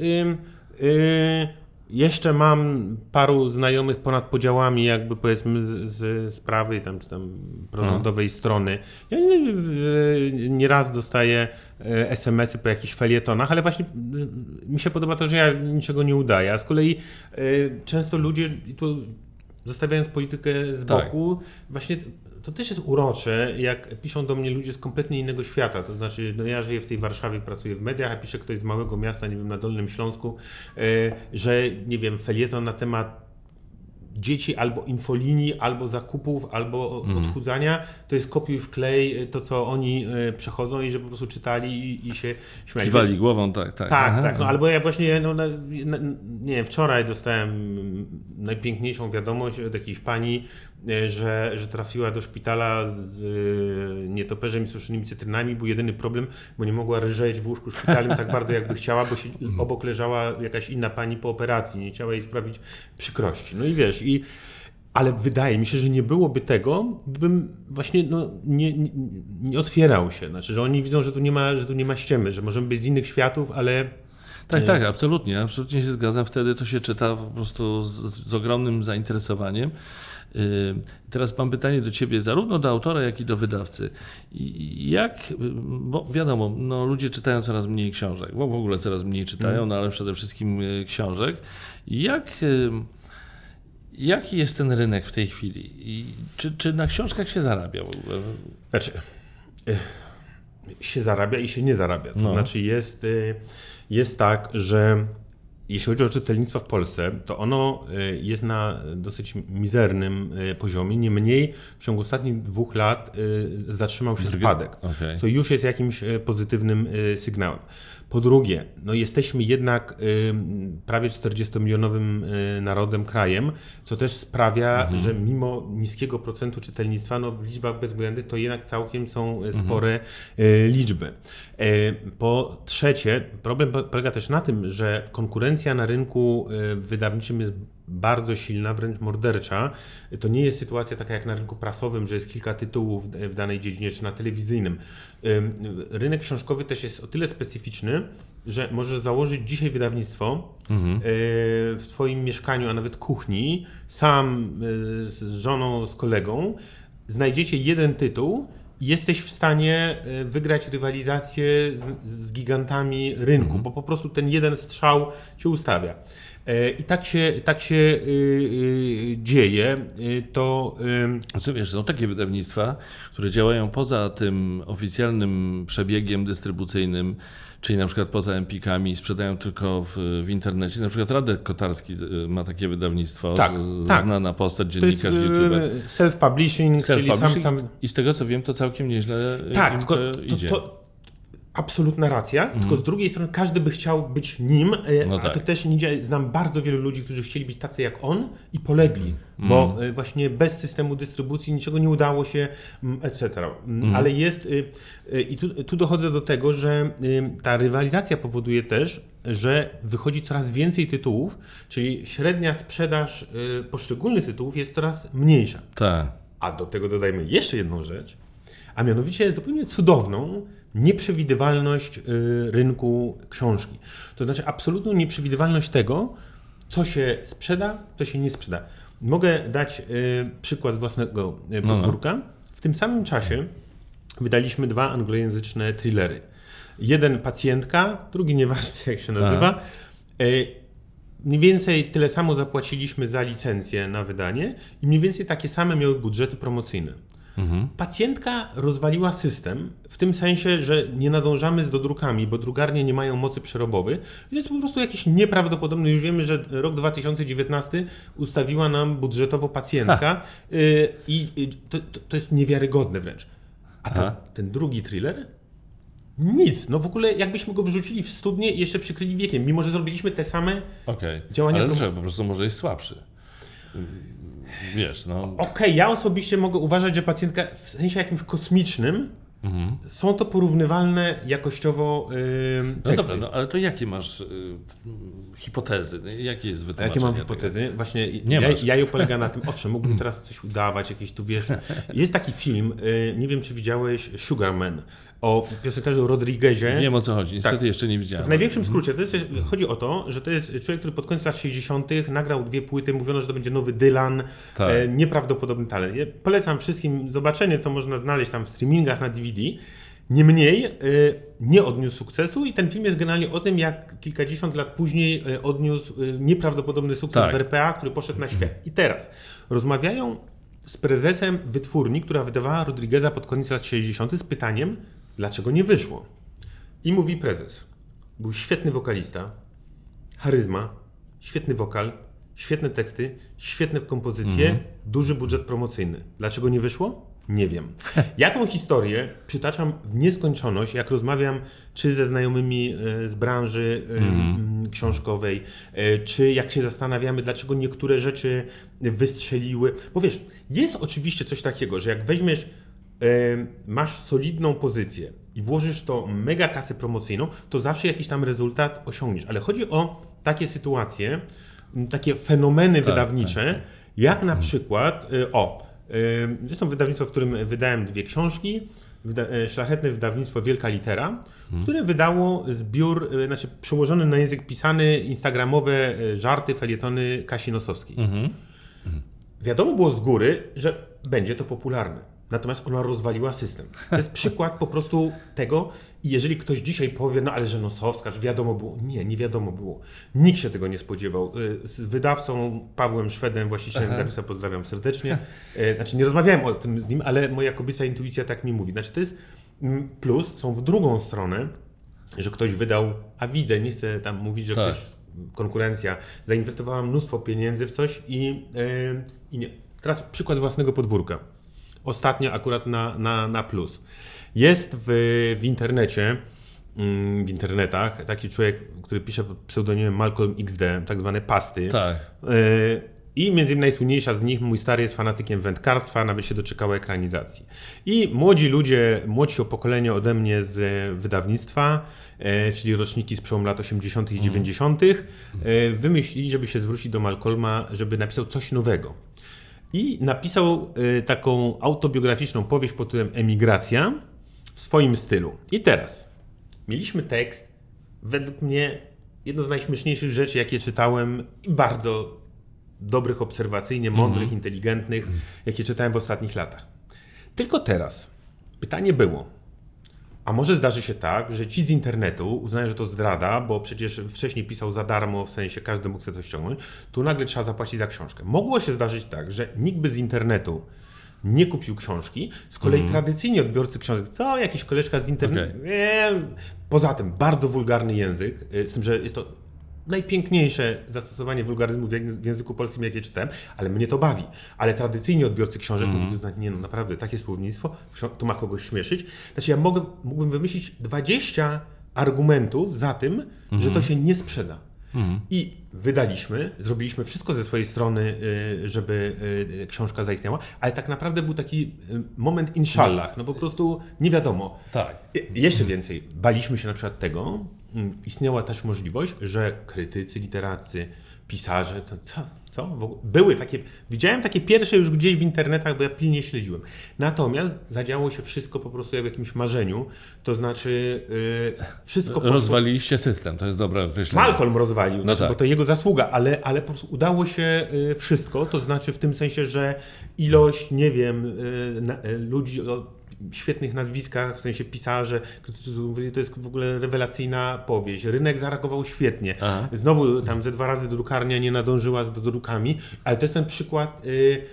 Jeszcze mam paru znajomych ponad podziałami, jakby powiedzmy z prawej czy tam prorządowej strony. Ja nieraz dostaję SMS-y po jakichś felietonach, ale właśnie mi się podoba to, że ja niczego nie udaję. A z kolei często ludzie, tu zostawiając politykę z boku, właśnie to też jest urocze, jak piszą do mnie ludzie z kompletnie innego świata. To znaczy, no ja żyję w tej Warszawie, pracuję w mediach, a pisze ktoś z małego miasta, nie wiem, na Dolnym Śląsku, że, nie wiem, felieton na temat dzieci albo infolinii, albo zakupów, albo odchudzania, to jest kopiuj wklej to, co oni przechodzą i że po prostu czytali i się śmiali. Kiwali głową, tak. Tak, no, albo ja właśnie, nie wiem, wczoraj dostałem najpiękniejszą wiadomość od jakiejś pani, że trafiła do szpitala z nietoperzem i suszonymi cytrynami. Był jedyny problem, bo nie mogła rżeć w łóżku szpitalnym tak bardzo, jakby chciała, bo się obok leżała jakaś inna pani po operacji, nie chciała jej sprawić przykrości. No i wiesz, ale wydaje mi się, że nie byłoby tego, gdybym właśnie nie otwierał się. Znaczy, że oni widzą, że tu nie ma ściemy, że możemy być z innych światów, ale... Tak, absolutnie się zgadzam. Wtedy to się czyta po prostu z ogromnym zainteresowaniem. Teraz mam pytanie do Ciebie, zarówno do autora, jak i do wydawcy. Bo wiadomo, no, ludzie czytają coraz mniej książek, bo w ogóle coraz mniej czytają, no ale przede wszystkim książek. Jaki jest ten rynek w tej chwili? I czy na książkach się zarabia w ogóle? Znaczy, się zarabia i się nie zarabia. To znaczy jest tak, że jeśli chodzi o czytelnictwo w Polsce, to ono jest na dosyć mizernym poziomie. Niemniej w ciągu ostatnich 2 lat zatrzymał się spadek, co już jest jakimś pozytywnym sygnałem. Po drugie, no jesteśmy jednak prawie 40-milionowym narodem, krajem, co też sprawia, że mimo niskiego procentu czytelnictwa, no w liczbach bezwzględnych to jednak całkiem są spore liczby. Po trzecie, problem polega też na tym, że konkurencja na rynku wydawniczym jest bardzo silna, wręcz mordercza. To nie jest sytuacja taka jak na rynku prasowym, że jest kilka tytułów w danej dziedzinie, czy na telewizyjnym. Rynek książkowy też jest o tyle specyficzny, że możesz założyć dzisiaj wydawnictwo w swoim mieszkaniu, a nawet kuchni, sam z żoną, z kolegą, znajdziecie jeden tytuł i jesteś w stanie wygrać rywalizację z gigantami rynku, bo po prostu ten jeden strzał się ustawia. I tak się dzieje. To Co wiesz, są takie wydawnictwa, które działają poza tym oficjalnym przebiegiem dystrybucyjnym, czyli na przykład poza Empikami, sprzedają tylko w internecie. Na przykład Radek Kotarski ma takie wydawnictwo, znana postać, dziennikarz, youtuber. Self-publishing, czyli sam... I z tego co wiem, to całkiem nieźle idzie. Absolutna racja, tylko z drugiej strony każdy by chciał być nim, a to też nie działa. Znam bardzo wielu ludzi, którzy chcieli być tacy jak on i polegli, bo właśnie bez systemu dystrybucji niczego nie udało się, etc. Ale jest, i tu dochodzę do tego, że ta rywalizacja powoduje też, że wychodzi coraz więcej tytułów, czyli średnia sprzedaż poszczególnych tytułów jest coraz mniejsza. Tak. A do tego dodajmy jeszcze jedną rzecz, a mianowicie zupełnie cudowną nieprzewidywalność rynku książki. To znaczy absolutną nieprzewidywalność tego, co się sprzeda, co się nie sprzeda. Mogę dać przykład własnego podwórka. W tym samym czasie wydaliśmy 2 anglojęzyczne thrillery. Jeden Pacjentka, drugi nieważne jak się nazywa. Mniej więcej tyle samo zapłaciliśmy za licencję na wydanie i mniej więcej takie same miały budżety promocyjne. Pacjentka rozwaliła system w tym sensie, że nie nadążamy z dodrukami, bo drukarnie nie mają mocy przerobowej. To jest po prostu jakiś nieprawdopodobny. Już wiemy, że rok 2019 ustawiła nam budżetowo Pacjentka i to jest niewiarygodne wręcz. A ten drugi thriller? Nic. No w ogóle jakbyśmy go wyrzucili w studnię i jeszcze przykryli wiekiem, mimo że zrobiliśmy te same działania. Ale dlaczego? Po prostu może jest słabszy. Wiesz, no. Okej, ja osobiście mogę uważać, że Pacjentka w sensie jakimś kosmicznym są to porównywalne jakościowo teksty. No dobra, ale to jakie masz hipotezy? Jakie jest wytłumaczenie? Jakie mam hipotezy? Właśnie ja polega na tym, owszem, mógłbym teraz coś udawać, jakieś tu wiesz. Jest taki film, nie wiem czy widziałeś, Sugarman, o piosenkarzu Rodriguezie. Wiem o co chodzi, niestety jeszcze nie widziałem. W największym skrócie, chodzi o to, że to jest człowiek, który pod koniec lat 60. nagrał 2 płyty, mówiono, że to będzie nowy Dylan, nieprawdopodobny talent. Ja polecam wszystkim zobaczenie, to można znaleźć tam w streamingach na DVD. Niemniej nie odniósł sukcesu i ten film jest generalnie o tym, jak kilkadziesiąt lat później odniósł nieprawdopodobny sukces w RPA, który poszedł na świat. I teraz rozmawiają z prezesem wytwórni, która wydawała Rodrigueza pod koniec lat 60. z pytaniem, dlaczego nie wyszło. I mówi prezes, był świetny wokalista, charyzma, świetny wokal, świetne teksty, świetne kompozycje, duży budżet promocyjny. Dlaczego nie wyszło? Nie wiem. Ja tą historię przytaczam w nieskończoność, jak rozmawiam czy ze znajomymi z branży książkowej, czy jak się zastanawiamy, dlaczego niektóre rzeczy wystrzeliły. Bo wiesz, jest oczywiście coś takiego, że jak weźmiesz, masz solidną pozycję i włożysz w to mega kasę promocyjną, to zawsze jakiś tam rezultat osiągniesz. Ale chodzi o takie sytuacje, takie fenomeny wydawnicze, jak na przykład, zresztą wydawnictwo, w którym wydałem 2 książki, szlachetne wydawnictwo Wielka Litera, które wydało zbiór, przełożony na język pisany, instagramowe żarty, felietony Kasi Nosowskiej. Wiadomo było z góry, że będzie to popularne. Natomiast ona rozwaliła system. To jest przykład po prostu tego i jeżeli ktoś dzisiaj powie, no ale że Nosowska, że wiadomo było. Nie wiadomo było. Nikt się tego nie spodziewał. Z wydawcą Pawłem Szwedem, właścicielem wydawnictwa, pozdrawiam serdecznie. Nie rozmawiałem o tym z nim, ale moja kobieca intuicja tak mi mówi. To jest plus, są w drugą stronę, że ktoś wydał, a widzę, nie chcę tam mówić, że ktoś konkurencja, zainwestowała mnóstwo pieniędzy w coś i nie. Teraz przykład własnego podwórka. Ostatnio akurat na plus. Jest w internecie, w internetach taki człowiek, który pisze pod pseudonimem Malcolm XD, tak zwane pasty. Tak. I między innymi najsłynniejsza z nich, mój stary jest fanatykiem wędkarstwa, nawet się doczekała ekranizacji. I młodzi ludzie, młodsi o pokolenie ode mnie z wydawnictwa, czyli roczniki z przełomu lat 80. i 90., wymyślili, żeby się zwrócić do Malcolma, żeby napisał coś nowego. I napisał taką autobiograficzną powieść pod tytułem Emigracja w swoim stylu. I teraz mieliśmy tekst, według mnie jedno z najśmieszniejszych rzeczy, jakie czytałem i bardzo dobrych obserwacyjnie, mądrych, inteligentnych, jakie czytałem w ostatnich latach. Tylko teraz pytanie było, a może zdarzy się tak, że ci z internetu uznają, że to zdrada, bo przecież wcześniej pisał za darmo, w sensie każdy mógł sobie to ściągnąć, tu nagle trzeba zapłacić za książkę. Mogło się zdarzyć tak, że nikt by z internetu nie kupił książki, z kolei tradycyjni odbiorcy książek, co jakiś koleżka z internetu, poza tym bardzo wulgarny język, z tym, że jest to najpiękniejsze zastosowanie wulgaryzmu w języku polskim, jakie czytałem, ale mnie to bawi. Ale tradycyjni odbiorcy książek mogliby znać, nie no naprawdę, takie słownictwo, to ma kogoś śmieszyć. Znaczy ja mógłbym wymyślić 20 argumentów za tym, że to się nie sprzeda. I wydaliśmy, zrobiliśmy wszystko ze swojej strony, żeby książka zaistniała, ale tak naprawdę był taki moment inshallah, no po prostu nie wiadomo. Tak. Jeszcze więcej, baliśmy się na przykład tego, istniała też możliwość, że krytycy literacy, pisarze, to co? W ogóle były takie, widziałem takie pierwsze już gdzieś w internetach, bo ja pilnie śledziłem. Natomiast zadziało się wszystko po prostu jak w jakimś marzeniu, to znaczy wszystko poszło... Rozwaliliście system, to jest dobre określenie. Malcolm rozwalił, No tak. bo to jego zasługa, ale po prostu udało się wszystko, to znaczy w tym sensie, że ilość, nie wiem, ludzi o świetnych nazwiskach, w sensie pisarze, to jest w ogóle rewelacyjna powieść. Rynek zareagował świetnie. Aha. Znowu tam ze 2 razy drukarnia nie nadążyła z drukami, ale to jest ten przykład...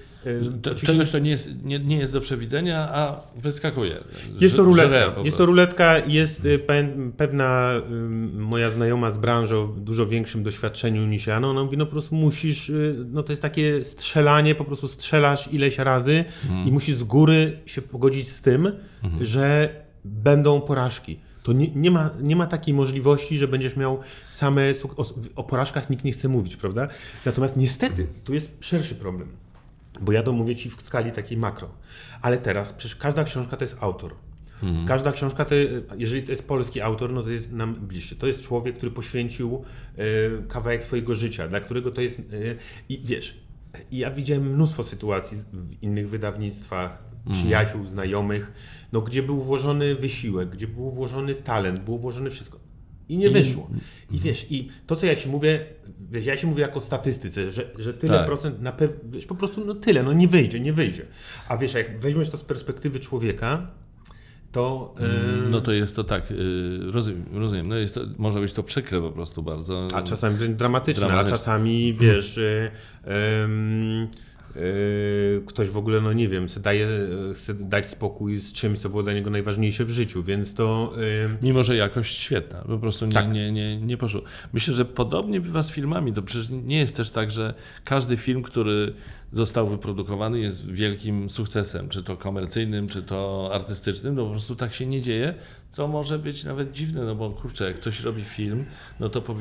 Czegoś to nie jest do przewidzenia, a wyskakuje. Jest to ruletka. Jest to ruletka, jest pewna moja znajoma z branży o dużo większym doświadczeniu niż ja, no ona mówi, no po prostu musisz, no to jest takie strzelanie, po prostu strzelasz ileś razy i musisz z góry się pogodzić z tym, że będą porażki. To nie ma takiej możliwości, że będziesz miał same... O porażkach nikt nie chce mówić, prawda? Natomiast niestety, tu jest szerszy problem. Bo ja to mówię ci w skali takiej makro. Ale teraz przecież każda książka to jest autor. Każda książka, jeżeli to jest polski autor, no to jest nam bliższy. To jest człowiek, który poświęcił kawałek swojego życia, dla którego to jest... I wiesz, ja widziałem mnóstwo sytuacji w innych wydawnictwach, przyjaciół, znajomych, no, gdzie był włożony wysiłek, gdzie był włożony talent, było włożone wszystko. I nie wyszło. I wiesz, i to co ja ci mówię, wiesz, ja ci mówię jako statystyce, że tyle procent na pewno, wiesz, po prostu no tyle, no nie wyjdzie. A wiesz, jak weźmiesz to z perspektywy człowieka, to... No to jest to tak, rozumiem, no jest to, może być to przykre po prostu bardzo. A czasami dramatyczne, a czasami wiesz... ktoś w ogóle, no nie wiem, chce dać spokój z czymś, co było dla niego najważniejsze w życiu, więc to... Mimo, że jakość świetna, po prostu nie poszło. Myślę, że podobnie bywa z filmami, to przecież nie jest też tak, że każdy film, który został wyprodukowany jest wielkim sukcesem, czy to komercyjnym, czy to artystycznym, no po prostu tak się nie dzieje, co może być nawet dziwne, no bo kurczę, jak ktoś robi film, no to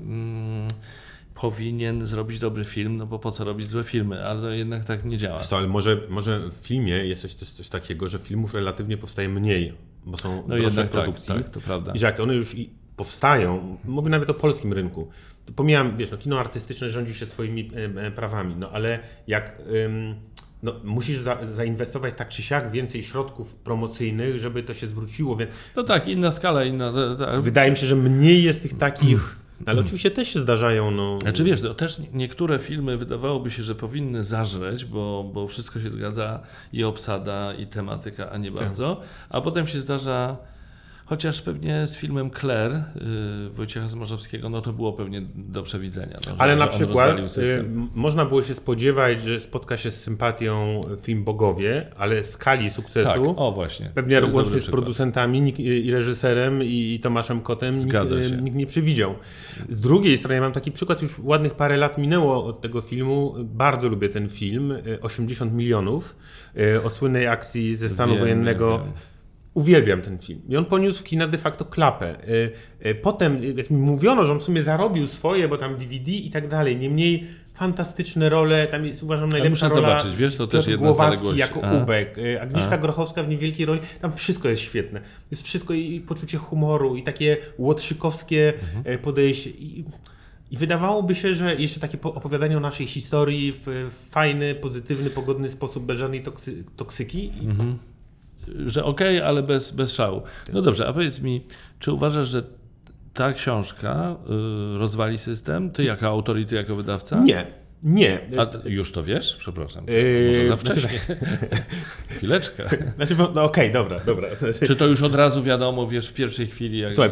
powinien zrobić dobry film, no bo po co robić złe filmy, ale jednak tak nie działa. Ale może w filmie jest coś takiego, że filmów relatywnie powstaje mniej, bo są droższe w produkcji. Tak, to prawda. I że jak one już powstają, mówię nawet o polskim rynku, to pomijam, wiesz, no kino artystyczne rządzi się swoimi prawami, no ale jak... No, musisz zainwestować tak czy siak więcej środków promocyjnych, żeby to się zwróciło. Więc... No tak, inna skala, inna... Wydaje mi się, że mniej jest tych takich... Ale oczywiście też się zdarzają. No. Znaczy wiesz, no, też niektóre filmy wydawałoby się, że powinny zażreć, bo wszystko się zgadza i obsada, i tematyka, a nie bardzo. A potem się zdarza Chociaż pewnie z filmem Claire Wojciecha Zmarzowskiego, no to było pewnie do przewidzenia. No, ale na przykład można było się spodziewać, że spotka się z sympatią film Bogowie, ale skali sukcesu, tak, o właśnie, pewnie łącznie z producentami i reżyserem i Tomaszem Kotem nikt nie przewidział. Z drugiej strony ja mam taki przykład, już ładnych parę lat minęło od tego filmu, bardzo lubię ten film, 80 milionów, o słynnej akcji ze stanu wojennego. Wiem. Uwielbiam ten film. I on poniósł w kina de facto klapę. Potem, jak mi mówiono, że on w sumie zarobił swoje, bo tam DVD i tak dalej, niemniej fantastyczne role, tam jest uważam najlepsza rola. Muszę zobaczyć, wiesz, to też jedna z zaległości. Jako Ubek, Agnieszka Grochowska w niewielkiej roli, tam wszystko jest świetne. Jest wszystko i poczucie humoru i takie łotrzykowskie podejście. I wydawałoby się, że jeszcze takie opowiadanie o naszej historii w fajny, pozytywny, pogodny sposób, bez żadnej toksyki. Że okej, ale bez szału. No dobrze, a powiedz mi, czy uważasz, że ta książka rozwali system? Ty jako autor i ty jako wydawca? Nie. A już to wiesz? Przepraszam. Może za wcześnie. Chwileczkę. Znaczy, no okej, dobra. Czy to już od razu wiadomo, wiesz, w pierwszej chwili? Jak słuchaj,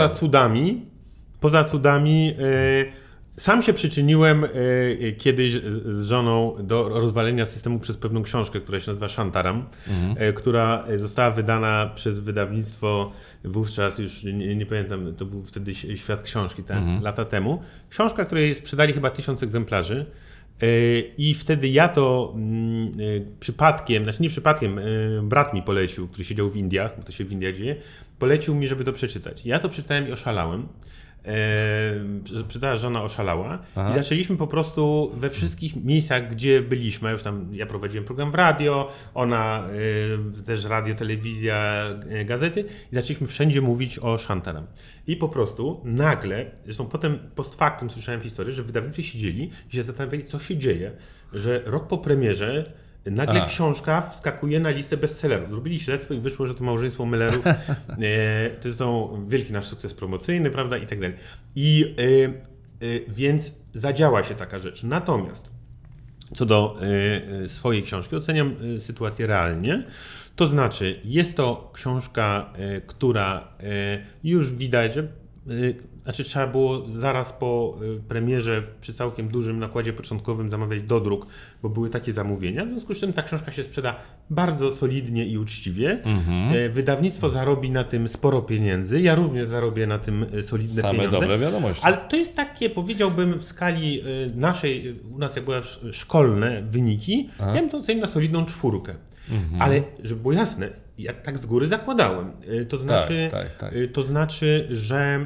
poza cudami sam się przyczyniłem kiedyś z żoną do rozwalenia systemu przez pewną książkę, która się nazywa Shantaram, która została wydana przez wydawnictwo wówczas, już nie pamiętam, to był wtedy Świat Książki, lata temu. Książka, której sprzedali chyba 1000 egzemplarzy. I wtedy ja to przypadkiem, znaczy nie przypadkiem, brat mi polecił, który siedział w Indiach, bo to się w Indiach dzieje, polecił mi, żeby to przeczytać. Ja to przeczytałem i oszalałem. Czytała, żona oszalała. I zaczęliśmy po prostu we wszystkich miejscach, gdzie byliśmy, już tam ja prowadziłem program w radio, ona też radio, telewizja, gazety i zaczęliśmy wszędzie mówić o Shantaram. I po prostu nagle, zresztą potem post factum słyszałem historię, że wydawnicy siedzieli i się zastanawiali, co się dzieje, że rok po premierze nagle książka wskakuje na listę bestsellerów. Zrobili śledztwo i wyszło, że to małżeństwo Millerów to jest wielki nasz sukces promocyjny, prawda, i tak dalej. Więc zadziała się taka rzecz. Natomiast co do swojej książki oceniam sytuację realnie. To znaczy, jest to książka, która już widać, że trzeba było zaraz po premierze przy całkiem dużym nakładzie początkowym zamawiać dodruk, bo były takie zamówienia. W związku z czym ta książka się sprzeda bardzo solidnie i uczciwie. Wydawnictwo zarobi na tym sporo pieniędzy. Ja również zarobię na tym solidne pieniądze. Same dobre wiadomości. Ale to jest takie, powiedziałbym, w skali naszej, u nas jak były szkolne wyniki, ja bym to ocenił na solidną 4. Ale żeby było jasne, ja tak z góry zakładałem. To znaczy, że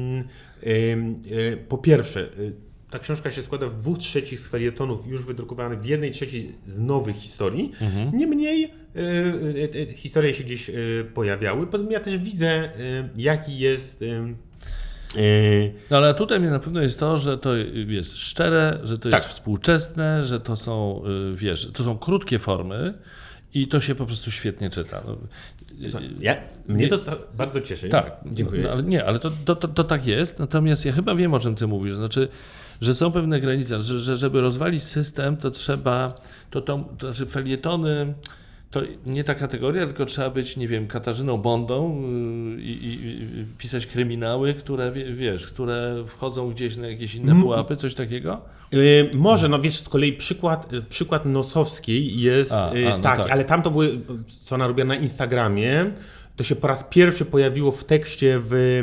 po pierwsze, ta książka się składa w 2/3 z felietonów już wydrukowanych w 1/3 z nowych historii. Niemniej historie się gdzieś pojawiały. Poza tym ja też widzę, jaki jest... No ale tutaj mnie na pewno jest to, że to jest szczere, że to jest współczesne, że to są, wiesz, to są krótkie formy. I to się po prostu świetnie czyta. Mnie to bardzo cieszy. Tak, dziękuję. No, ale to tak jest. Natomiast ja chyba wiem, o czym ty mówisz. Znaczy, że są pewne granice, że żeby rozwalić system, to trzeba, to znaczy felietony, to nie ta kategoria, tylko trzeba być, nie wiem, Katarzyną Bondą i pisać kryminały, które, wiesz, które wchodzą gdzieś na jakieś inne pułapy, coś takiego? Może, no wiesz, z kolei przykład Nosowskiej jest tak, ale tam to były, co ona robiła na Instagramie, to się po raz pierwszy pojawiło w tekście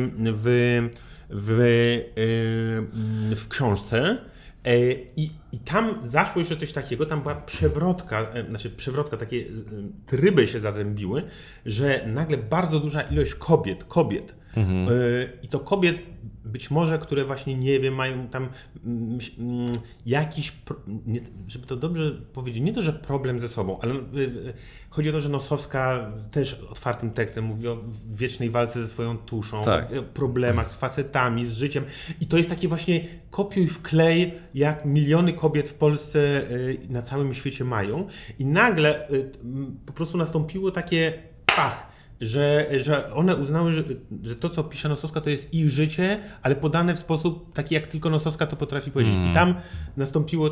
w książce. I tam zaszło jeszcze coś takiego, tam była przewrotka, takie tryby się zazębiły, że nagle bardzo duża ilość kobiet i to kobiet być może, które właśnie, nie wiem, mają tam jakiś, żeby to dobrze powiedzieć, nie to, że problem ze sobą, ale chodzi o to, że Nosowska też otwartym tekstem mówi o wiecznej walce ze swoją tuszą, o problemach z facetami, z życiem i to jest takie właśnie kopiuj wklej, jak miliony kobiet w Polsce na całym świecie mają i nagle po prostu nastąpiło takie że one uznały, że to, co pisze Nosowska, to jest ich życie, ale podane w sposób taki, jak tylko Nosowska to potrafi powiedzieć. I tam nastąpiło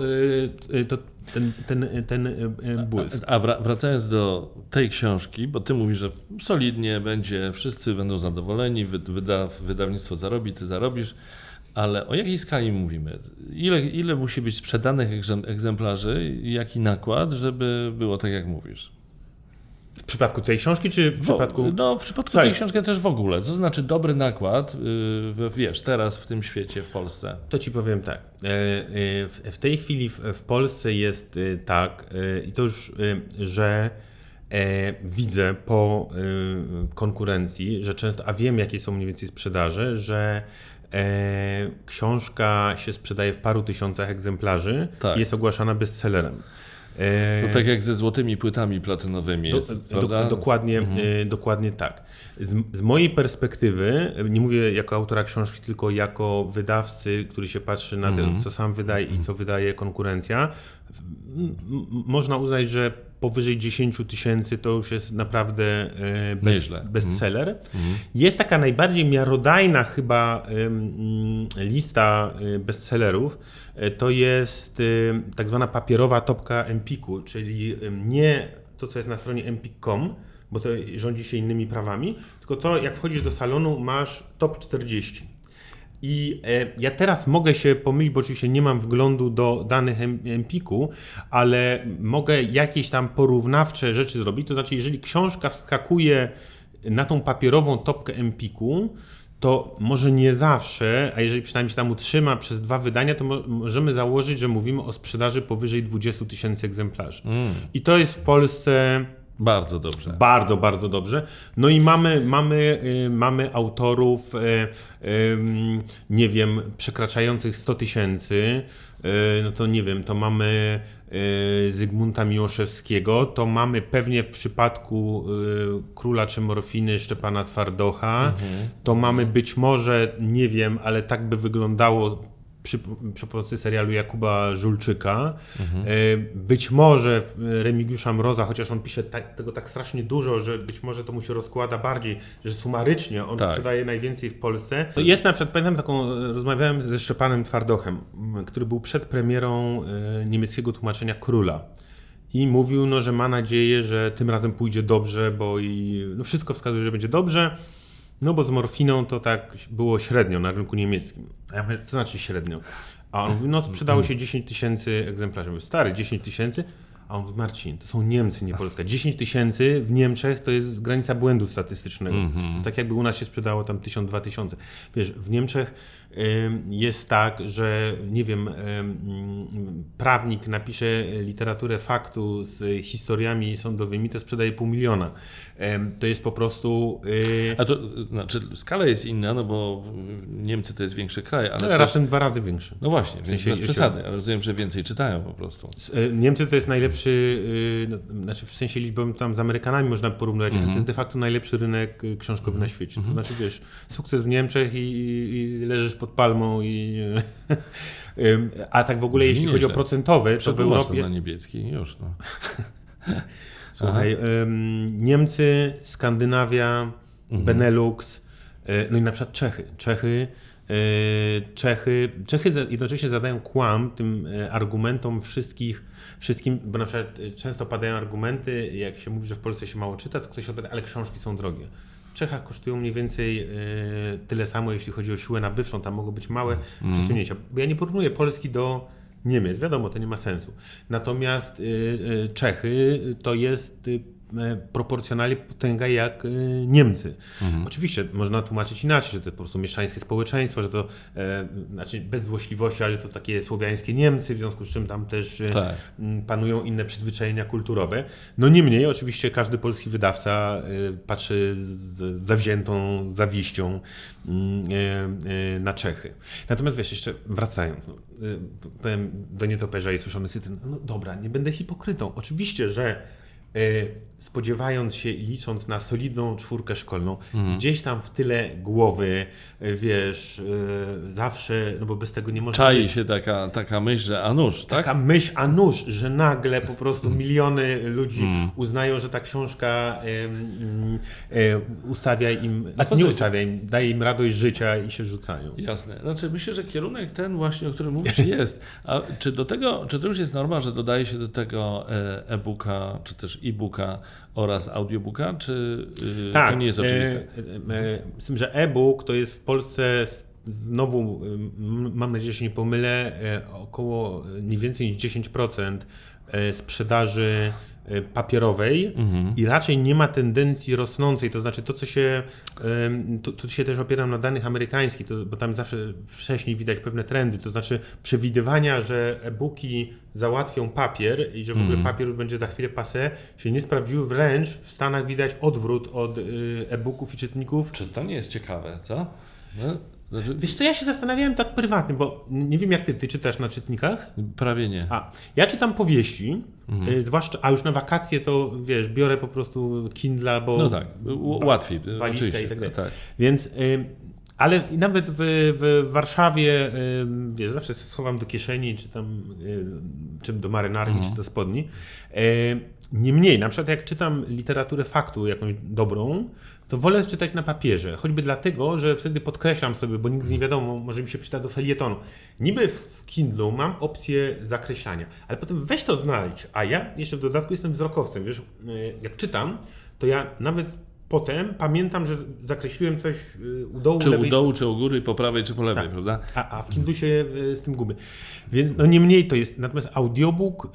ten błysk. A wracając do tej książki, bo ty mówisz, że solidnie będzie, wszyscy będą zadowoleni, wydawnictwo zarobi, ty zarobisz, ale o jakiej skali mówimy? Ile musi być sprzedanych egzemplarzy i jaki nakład, żeby było tak, jak mówisz? W przypadku tej książki, czy w przypadku... No, w przypadku tej książki też w ogóle. To znaczy dobry nakład, wiesz, teraz w tym świecie, w Polsce. To ci powiem tak. W tej chwili w Polsce jest tak, i to już, że widzę po konkurencji, że często, a wiem, jakie są mniej więcej sprzedaże, że książka się sprzedaje w paru tysiącach egzemplarzy i jest ogłaszana bestsellerem. To tak jak ze złotymi płytami platynowymi jest, prawda? Dokładnie tak. Z mojej perspektywy, nie mówię jako autora książki, tylko jako wydawcy, który się patrzy na to, co sam wydaje i co wydaje konkurencja, można uznać, że powyżej 10 000 to już jest naprawdę bestseller. Jest taka najbardziej miarodajna chyba lista bestsellerów, to jest tak zwana papierowa topka Empiku, czyli nie to, co jest na stronie empik.com, bo to rządzi się innymi prawami, tylko to, jak wchodzisz do salonu, masz top 40. I ja teraz mogę się pomylić, bo oczywiście nie mam wglądu do danych Empiku, ale mogę jakieś tam porównawcze rzeczy zrobić. To znaczy, jeżeli książka wskakuje na tą papierową topkę Empiku, to może nie zawsze, a jeżeli przynajmniej się tam utrzyma przez 2 wydania, to możemy założyć, że mówimy o sprzedaży powyżej 20 000 egzemplarzy. I to jest w Polsce... Bardzo dobrze. Bardzo, bardzo dobrze. No i mamy autorów, nie wiem, przekraczających 100 000, no to nie wiem, to mamy Zygmunta Miłoszewskiego, to mamy pewnie w przypadku Króla czy Morfiny Szczepana Twardocha, to mamy być może, nie wiem, ale tak by wyglądało przy pomocy serialu Jakuba Żulczyka. Być może Remigiusza Mroza, chociaż on pisze tego tak strasznie dużo, że być może to mu się rozkłada bardziej, że sumarycznie on sprzedaje najwięcej w Polsce. Jest na przykład, pamiętam rozmawiałem ze Szczepanem Twardochem, który był przed premierą niemieckiego tłumaczenia Króla. I mówił, że ma nadzieję, że tym razem pójdzie dobrze, bo wszystko wskazuje, że będzie dobrze. No bo z Morfiną to tak było średnio na rynku niemieckim. A ja mówię, co znaczy średnio? A on mówi, sprzedało się 10 000 egzemplarzy. Mówię, stary, 10 000? A on mówi, Marcin, to są Niemcy, nie Polska. 10 000 w Niemczech to jest granica błędu statystycznego. To jest tak, jakby u nas się sprzedało tam 1000-2000. Wiesz, w Niemczech jest tak, że nie wiem, prawnik napisze literaturę faktu z historiami sądowymi, to sprzedaje 500 000. To jest po prostu... A to znaczy skala jest inna, no bo Niemcy to jest większy kraj, ale też... raptem 2 razy większy. No właśnie, w sensie bez przesady, ale rozumiem, że więcej czytają po prostu. Niemcy to jest najlepszy, znaczy w sensie liczbowym tam z Amerykanami można porównać, ale to jest de facto najlepszy rynek książkowy na świecie. To znaczy, wiesz, sukces w Niemczech i leżysz pod palmą a tak w ogóle jeśli chodzi o procentowe, to w Europie... na niemiecki już, no. Słuchaj, Niemcy, Skandynawia, Benelux, no i na przykład Czechy jednocześnie zadają kłam tym argumentom wszystkim, bo na przykład często padają argumenty, jak się mówi, że w Polsce się mało czyta, to ktoś odpowiada, ale książki są drogie. W Czechach kosztują mniej więcej tyle samo, jeśli chodzi o siłę nabywczą, tam mogą być małe przesunięcia. Bo ja nie porównuję Polski do Niemiec, wiadomo, to nie ma sensu. Natomiast Czechy to jest proporcjonalnie potęga jak Niemcy. Oczywiście można tłumaczyć inaczej, że to po prostu mieszczańskie społeczeństwo, że to znaczy bez złośliwości, ale że to takie słowiańskie Niemcy, w związku z czym tam też panują inne przyzwyczajenia kulturowe. No niemniej oczywiście każdy polski wydawca patrzy z zawziętą zawiścią na Czechy. Natomiast wiesz, jeszcze wracając, powiem do nietoperza i suszonych cytryn, no dobra, nie będę hipokrytą. Oczywiście, że spodziewając się i licząc na solidną 4 szkolną, gdzieś tam w tyle głowy, wiesz, zawsze, no bo bez tego nie można... Czai się taka myśl, że a nuż, tak? Taka myśl, a nuż, że nagle po prostu miliony ludzi uznają, że ta książka ustawia im, nie ustawia im, daje im radość życia i się rzucają. Jasne. Znaczy myślę, że kierunek ten właśnie, o którym mówisz, jest. A czy to już jest norma, że dodaje się do tego e-booka, czy też e-booka oraz audiobooka, czy tak, to nie jest oczywiste? Z tym, że e-book to jest w Polsce znowu, mam nadzieję, że się nie pomylę, około nie więcej niż 10% sprzedaży papierowej i raczej nie ma tendencji rosnącej, to znaczy to, co się, tu się też opieram na danych amerykańskich, bo tam zawsze wcześniej widać pewne trendy, to znaczy przewidywania, że e-booki załatwią papier i że w ogóle papier będzie za chwilę passé, się nie sprawdziły, wręcz w Stanach widać odwrót od e-booków i czytników. Czy to nie jest ciekawe, co? No. Wiesz co, ja się zastanawiałem tak prywatnie, bo nie wiem jak ty czytasz na czytnikach? Prawie nie. Ja czytam powieści, zwłaszcza, a już na wakacje to wiesz, biorę po prostu Kindla, bo... No tak, łatwiej. Walizka i tak dalej. Tak. Więc, ale nawet w Warszawie, wiesz, zawsze schowam do kieszeni, czy tam, czy do marynarki, czy do spodni. Niemniej, na przykład jak czytam literaturę faktu jakąś dobrą, to wolę czytać na papierze, choćby dlatego, że wtedy podkreślam sobie, bo nigdy nie wiadomo, może mi się przyda do felietonu. Niby w Kindlu mam opcję zakreślania, ale potem weź to znajdź, a ja jeszcze w dodatku jestem wzrokowcem, wiesz, jak czytam, to ja nawet potem pamiętam, że zakreśliłem coś u dołu, czy u dołu, czy u góry, po prawej, czy po lewej, tak, prawda? A w Kindlu się z tym gubię. Więc no niemniej to jest, natomiast audiobook...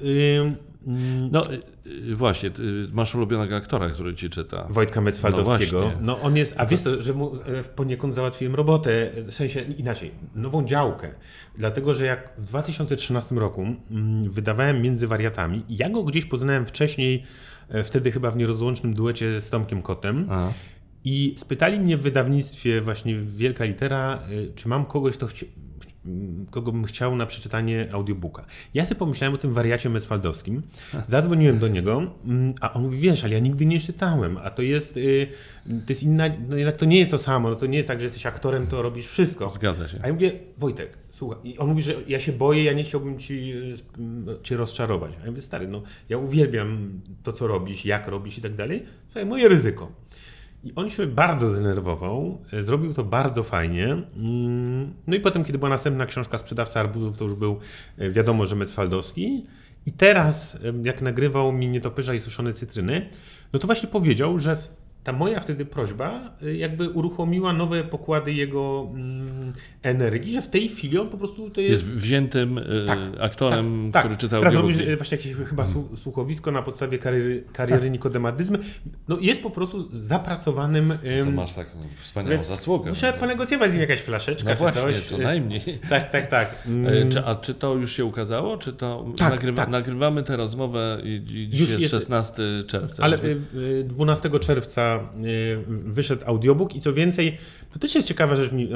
No właśnie, masz ulubionego aktora, który ci czyta. Wojtka Metzfaldowskiego. No on jest, a wiesz co, że mu poniekąd załatwiłem robotę, w sensie inaczej, nową działkę. Dlatego, że jak w 2013 roku wydawałem Między wariatami i ja go gdzieś poznałem wcześniej, wtedy chyba w nierozłącznym duecie z Tomkiem Kotem. Aha. I spytali mnie w wydawnictwie właśnie Wielka Litera, czy mam kogoś, kogo bym chciał na przeczytanie audiobooka. Ja sobie pomyślałem o tym wariacie Metzfaldowskim, zadzwoniłem do niego, a on mówi, wiesz, ale ja nigdy nie czytałem, a to jest inna, no jednak to nie jest to samo, no to nie jest tak, że jesteś aktorem, to robisz wszystko. Zgadza się. A ja mówię, Wojtek, słuchaj, i on mówi, że ja się boję, ja nie chciałbym cię rozczarować. A ja mówię, stary, no ja uwielbiam to, co robisz, jak robisz i tak dalej, słuchaj, moje ryzyko. I on się bardzo denerwował, zrobił to bardzo fajnie. No i potem, kiedy była następna książka Sprzedawca arbuzów, to już był wiadomo, że Metzfaldowski. I teraz, jak nagrywał mi Nietopyrza i suszone cytryny, no to właśnie powiedział, że ta moja wtedy prośba jakby uruchomiła nowe pokłady jego energii, że w tej chwili on po prostu to jest wziętym aktorem, który czytał teraz robił właśnie jakieś chyba słuchowisko na podstawie kariery Nikodemadyzmy. No jest po prostu zapracowanym... To masz taką wspaniałą zasługę. Muszę ponegocjować z nim jakaś flaszeczka, czy właśnie, coś. Co najmniej. Tak. Czy to już się ukazało? Czy to nagrywamy tę rozmowę i dzisiaj jest 16 czerwca? Ale 12 czerwca wyszedł audiobook i co więcej, to też jest ciekawa rzecz, mi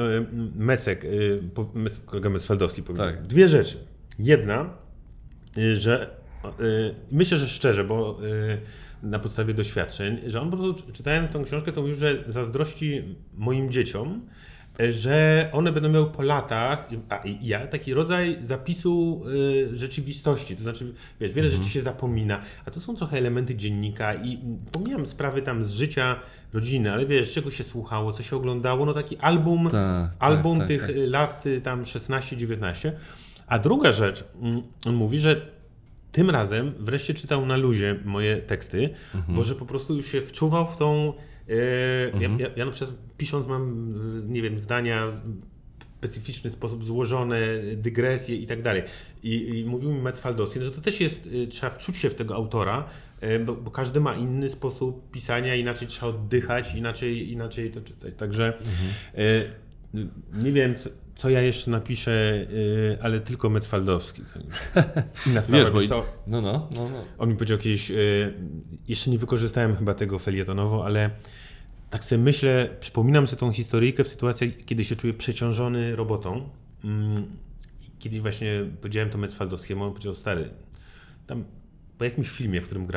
kolega Metzfaldowski powiedział. Tak. Dwie rzeczy. Jedna, że myślę, że szczerze, bo na podstawie doświadczeń, że on po prostu czytając tą książkę, to mówił, że zazdrości moim dzieciom, że one będą miały po latach, ja taki rodzaj zapisu rzeczywistości, to znaczy, wiesz, wiele rzeczy się zapomina, a to są trochę elementy dziennika i pomijam sprawy tam z życia rodziny, ale wiesz, czego się słuchało, co się oglądało, no taki album tych lat tam 16-19. A druga rzecz, on mówi, że tym razem wreszcie czytał na luzie moje teksty, bo że po prostu już się wczuwał w tą... Ja na przykład pisząc mam, nie wiem, zdania w specyficzny sposób złożone, dygresje i tak dalej. I mówił mi Metzfaldowski, że to też jest, trzeba wczuć się w tego autora, bo każdy ma inny sposób pisania, inaczej trzeba oddychać, inaczej to czytać. Także nie wiem, co ja jeszcze napiszę, ale tylko Metzfaldowski. Inna sprawa, wiesz, No. On mi powiedział kiedyś, jeszcze nie wykorzystałem chyba tego felietonowo, ale tak sobie myślę, przypominam sobie tą historyjkę w sytuacji, kiedy się czuję przeciążony robotą. Kiedy właśnie powiedziałem to Metzfaldowskiemu, on powiedział, stary, tam po jakimś filmie, w którym grał,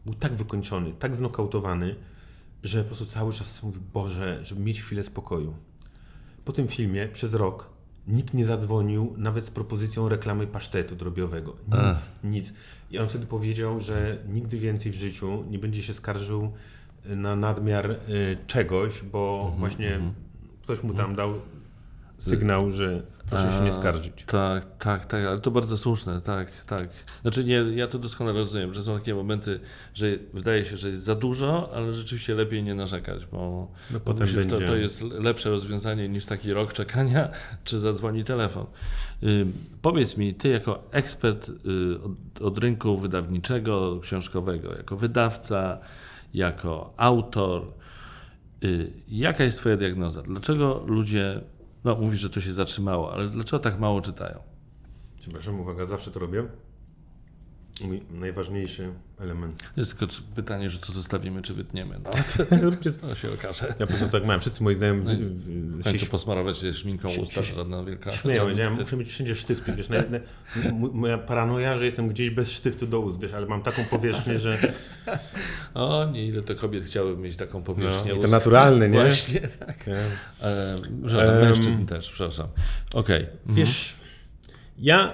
był tak wykończony, tak znokautowany, że po prostu cały czas mówi, Boże, żeby mieć chwilę spokoju. Po tym filmie przez rok nikt nie zadzwonił nawet z propozycją reklamy pasztetu drobiowego. Nic. I on wtedy powiedział, że nigdy więcej w życiu nie będzie się skarżył na nadmiar czegoś, bo właśnie ktoś mu tam dał sygnał, że proszę się nie skarżyć. Tak, ale to bardzo słuszne, tak. Znaczy nie, ja to doskonale rozumiem, że są takie momenty, że wydaje się, że jest za dużo, ale rzeczywiście lepiej nie narzekać, bo potem myślę, będzie... to jest lepsze rozwiązanie niż taki rok czekania, czy zadzwoni telefon. Powiedz mi, ty jako ekspert od rynku wydawniczego, książkowego, jako wydawca, jako autor, jaka jest twoja diagnoza? Dlaczego ludzie, mówisz, że to się zatrzymało, ale dlaczego tak mało czytają? Przepraszam, uwaga, zawsze to robię. Mój najważniejszy element. Jest tylko pytanie, że to zostawimy, czy wytniemy. To się okaże. Ja po prostu tak mam. Wszyscy moi znajomi się posmarować się śminką usta, żadna wielka... Śmieją, muszę mieć wszędzie sztyfty, wiesz, moja paranoja, że jestem gdzieś bez sztyftu do ust, wiesz, ale mam taką powierzchnię, że... nie ile to kobiet chciałyby mieć taką powierzchnię ust. I to naturalne, nie? Właśnie, tak. Żaden mężczyzn też, przepraszam. Okej. Wiesz, ja...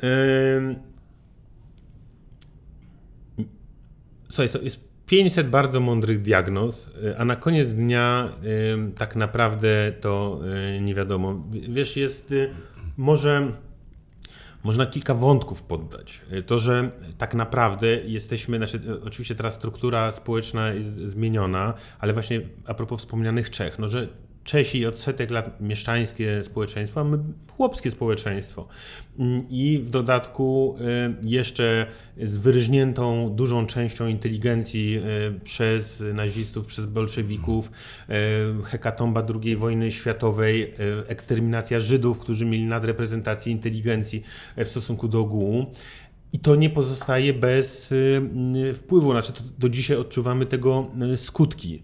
Słuchaj, jest 500 bardzo mądrych diagnoz, a na koniec dnia tak naprawdę to nie wiadomo. Wiesz, jest można kilka wątków poddać. To, że tak naprawdę jesteśmy, oczywiście teraz struktura społeczna jest zmieniona, ale właśnie a propos wspomnianych Czech, że Czesi od setek lat mieszczańskie społeczeństwo, a my chłopskie społeczeństwo. I w dodatku jeszcze z wyryżniętą dużą częścią inteligencji przez nazistów, przez bolszewików, hekatomba II wojny światowej, eksterminacja Żydów, którzy mieli nadreprezentację inteligencji w stosunku do ogółu. I to nie pozostaje bez wpływu, do dzisiaj odczuwamy tego skutki.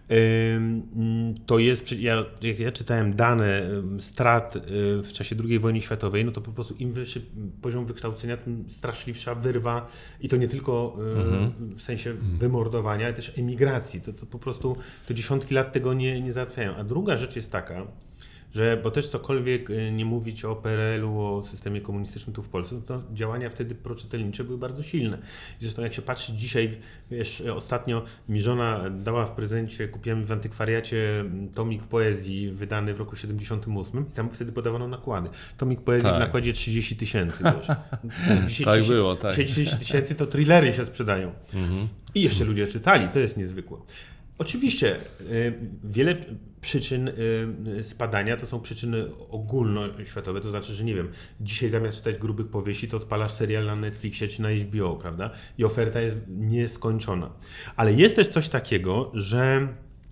To jest, jak ja czytałem dane strat w czasie II wojny światowej, to po prostu im wyższy poziom wykształcenia, tym straszliwsza wyrwa i to nie tylko w sensie wymordowania, ale też emigracji. To po prostu te dziesiątki lat tego nie załatwiają. A druga rzecz jest taka, że, bo też cokolwiek nie mówić o PRL-u, o systemie komunistycznym tu w Polsce, to działania wtedy proczytelnicze były bardzo silne. Zresztą jak się patrzy dzisiaj, wiesz, ostatnio mi żona dała w prezencie, kupiłem w antykwariacie tomik poezji wydany w roku 78 i tam wtedy podawano nakłady. Tomik poezji w nakładzie 30 000. Tak było, tak. 30 000 to thrillery się sprzedają. I jeszcze ludzie czytali, to jest niezwykłe. Oczywiście wiele przyczyn spadania to są przyczyny ogólnoświatowe, to znaczy, że nie wiem, dzisiaj zamiast czytać grubych powieści, to odpalasz serial na Netflixie czy na HBO, prawda? I oferta jest nieskończona. Ale jest też coś takiego, że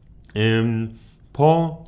po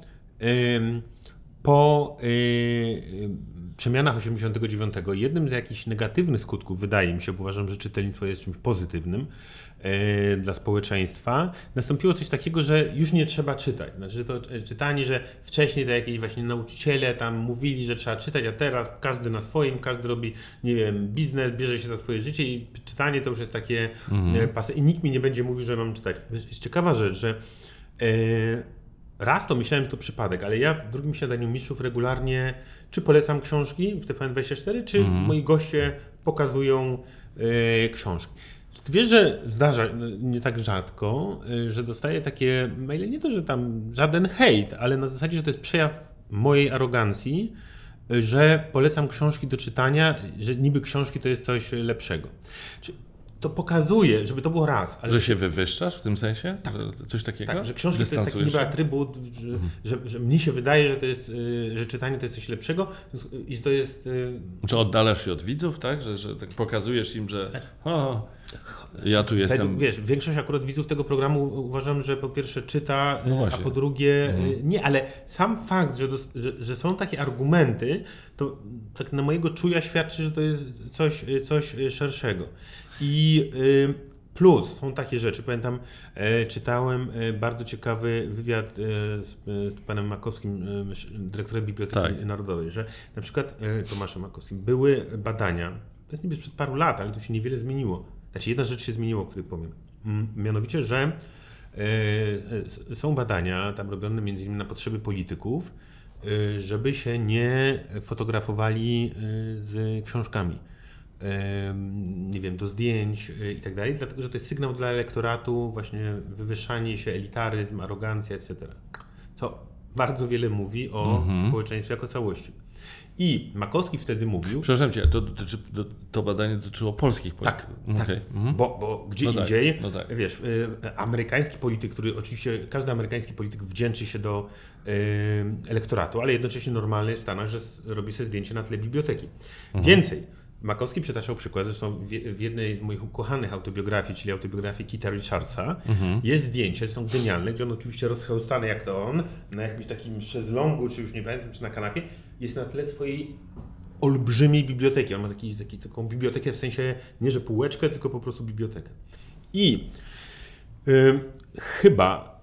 przemianach 89 jednym z jakichś negatywnych skutków, wydaje mi się, bo uważam, że czytelnictwo jest czymś pozytywnym dla społeczeństwa, nastąpiło coś takiego, że już nie trzeba czytać. Znaczy to czytanie, że wcześniej to jakieś właśnie nauczyciele tam mówili, że trzeba czytać, a teraz każdy na swoim, każdy robi, nie wiem, biznes, bierze się za swoje życie i czytanie to już jest takie pasy i nikt mi nie będzie mówił, że mam czytać. Jest ciekawa rzecz, że raz to myślałem, że to przypadek, ale ja w drugim śniadaniu mistrzów regularnie czy polecam książki w TVN24, czy moi goście pokazują książki. Wiesz, że zdarza nie tak rzadko, że dostaję takie maile, nie to, że tam żaden hejt, ale na zasadzie, że to jest przejaw mojej arogancji, że polecam książki do czytania, że niby książki to jest coś lepszego. To pokazuje, żeby to było raz. Ale że się wywyższasz w tym sensie? Tak, coś takiego? Tak, że książki to jest taki niby atrybut, że mnie się wydaje, że to jest, że czytanie to jest coś lepszego i to jest... Czy oddalasz się od widzów, tak? Że tak pokazujesz im, że ja tu jestem... Wiesz, większość akurat widzów tego programu uważam, że po pierwsze czyta, a po drugie nie, ale sam fakt, że są takie argumenty, to tak na mojego czuja świadczy, że to jest coś szerszego. I plus są takie rzeczy. Pamiętam, czytałem bardzo ciekawy wywiad z panem Makowskim, dyrektorem Biblioteki Narodowej, że na przykład Tomaszem Makowskim były badania, to jest niby sprzed paru lat, ale to się niewiele zmieniło. Znaczy jedna rzecz się zmieniła, o której powiem. Mianowicie, że są badania tam robione między innymi na potrzeby polityków, żeby się nie fotografowali z książkami. Nie wiem, do zdjęć i tak dalej, dlatego że to jest sygnał dla elektoratu, właśnie wywyższanie się, elitaryzm, arogancja, etc. Co bardzo wiele mówi o społeczeństwie jako całości. I Makowski wtedy mówił... Przepraszam cię, to badanie dotyczyło polskich polityków. Tak, okay. Bo gdzie indziej, tak. Wiesz, amerykański polityk, który oczywiście, każdy amerykański polityk wdzięczy się do elektoratu, ale jednocześnie normalne jest w Stanach, że robi sobie zdjęcie na tle biblioteki. Więcej, Makowski przytaczał przykład, zresztą w jednej z moich ukochanych autobiografii, czyli autobiografii Keitha Richardsa, jest zdjęcie, są genialne, gdzie on oczywiście rozchełstany jak to on, na jakimś takim szezlongu, czy już nie pamiętam, czy na kanapie, jest na tle swojej olbrzymiej biblioteki. On ma taką bibliotekę w sensie nie, że półeczkę, tylko po prostu bibliotekę. I chyba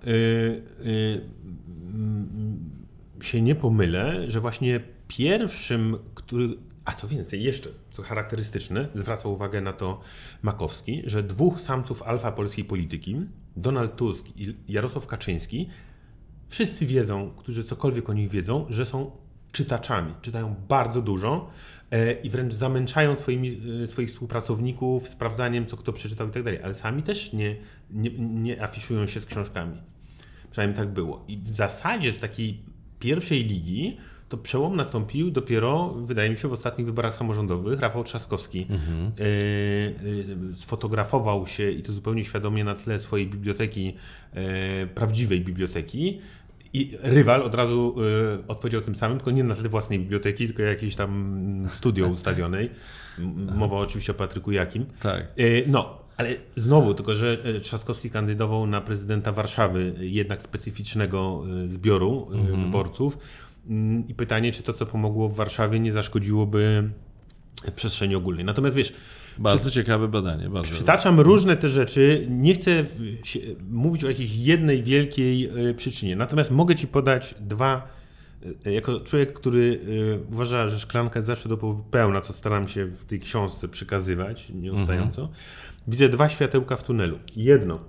się nie pomylę, że właśnie pierwszym, który... A co więcej, jeszcze, co charakterystyczne, zwraca uwagę na to Makowski, że dwóch samców alfa polskiej polityki, Donald Tusk i Jarosław Kaczyński, wszyscy wiedzą, którzy cokolwiek o nich wiedzą, że są czytaczami. Czytają bardzo dużo i wręcz zamęczają swoich współpracowników sprawdzaniem, co kto przeczytał i tak dalej. Ale sami też nie afiszują się z książkami. Przynajmniej tak było. I w zasadzie z takiej pierwszej ligi to przełom nastąpił dopiero, wydaje mi się, w ostatnich wyborach samorządowych. Rafał Trzaskowski sfotografował się i to zupełnie świadomie na tle swojej biblioteki, prawdziwej biblioteki. I rywal od razu odpowiedział tym samym, tylko nie na tle własnej biblioteki, tylko jakiejś tam studio ustawionej. Mowa oczywiście o Patryku Jakim. Tak. Ale znowu, tylko że Trzaskowski kandydował na prezydenta Warszawy, jednak specyficznego zbioru wyborców. I pytanie, czy to, co pomogło w Warszawie, nie zaszkodziłoby przestrzeni ogólnej. Natomiast wiesz... Bardzo ciekawe badanie. Bardzo. Przytaczam różne te rzeczy. Nie chcę mówić o jakiejś jednej wielkiej przyczynie. Natomiast mogę ci podać dwa... Jako człowiek, który uważa, że szklanka jest zawsze do połowy pełna, co staram się w tej książce przekazywać nieustająco, widzę dwa światełka w tunelu. Jedno...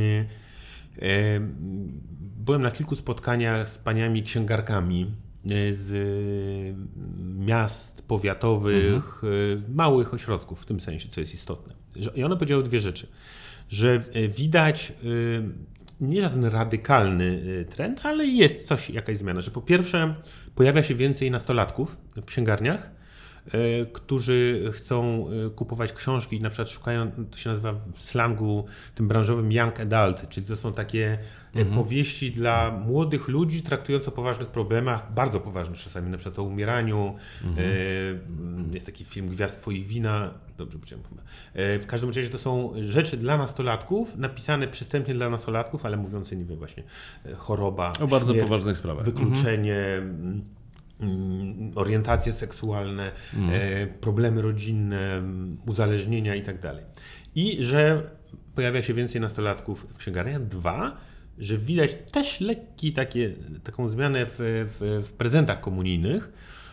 Byłem na kilku spotkaniach z paniami księgarkami z miast powiatowych, małych ośrodków w tym sensie, co jest istotne. I one powiedziały dwie rzeczy. Że widać nie żaden radykalny trend, ale jest jakaś zmiana. Że po pierwsze pojawia się więcej nastolatków w księgarniach, którzy chcą kupować książki i na przykład szukają, to się nazywa w slangu tym branżowym young adult, czyli to są takie powieści dla młodych ludzi traktujące o poważnych problemach, bardzo poważnych czasami, na przykład o umieraniu. Jest taki film Gwiazd Twoich wina, dobrze powiedziałem chyba. W każdym razie to są rzeczy dla nastolatków, napisane przystępnie dla nastolatków, ale mówiące, nie wiem, właśnie choroba, o bardzo poważnych sprawach. Wykluczenie, orientacje seksualne, problemy rodzinne, uzależnienia i tak dalej. I że pojawia się więcej nastolatków w księgarniach. Dwa, że widać też taką zmianę w prezentach komunijnych,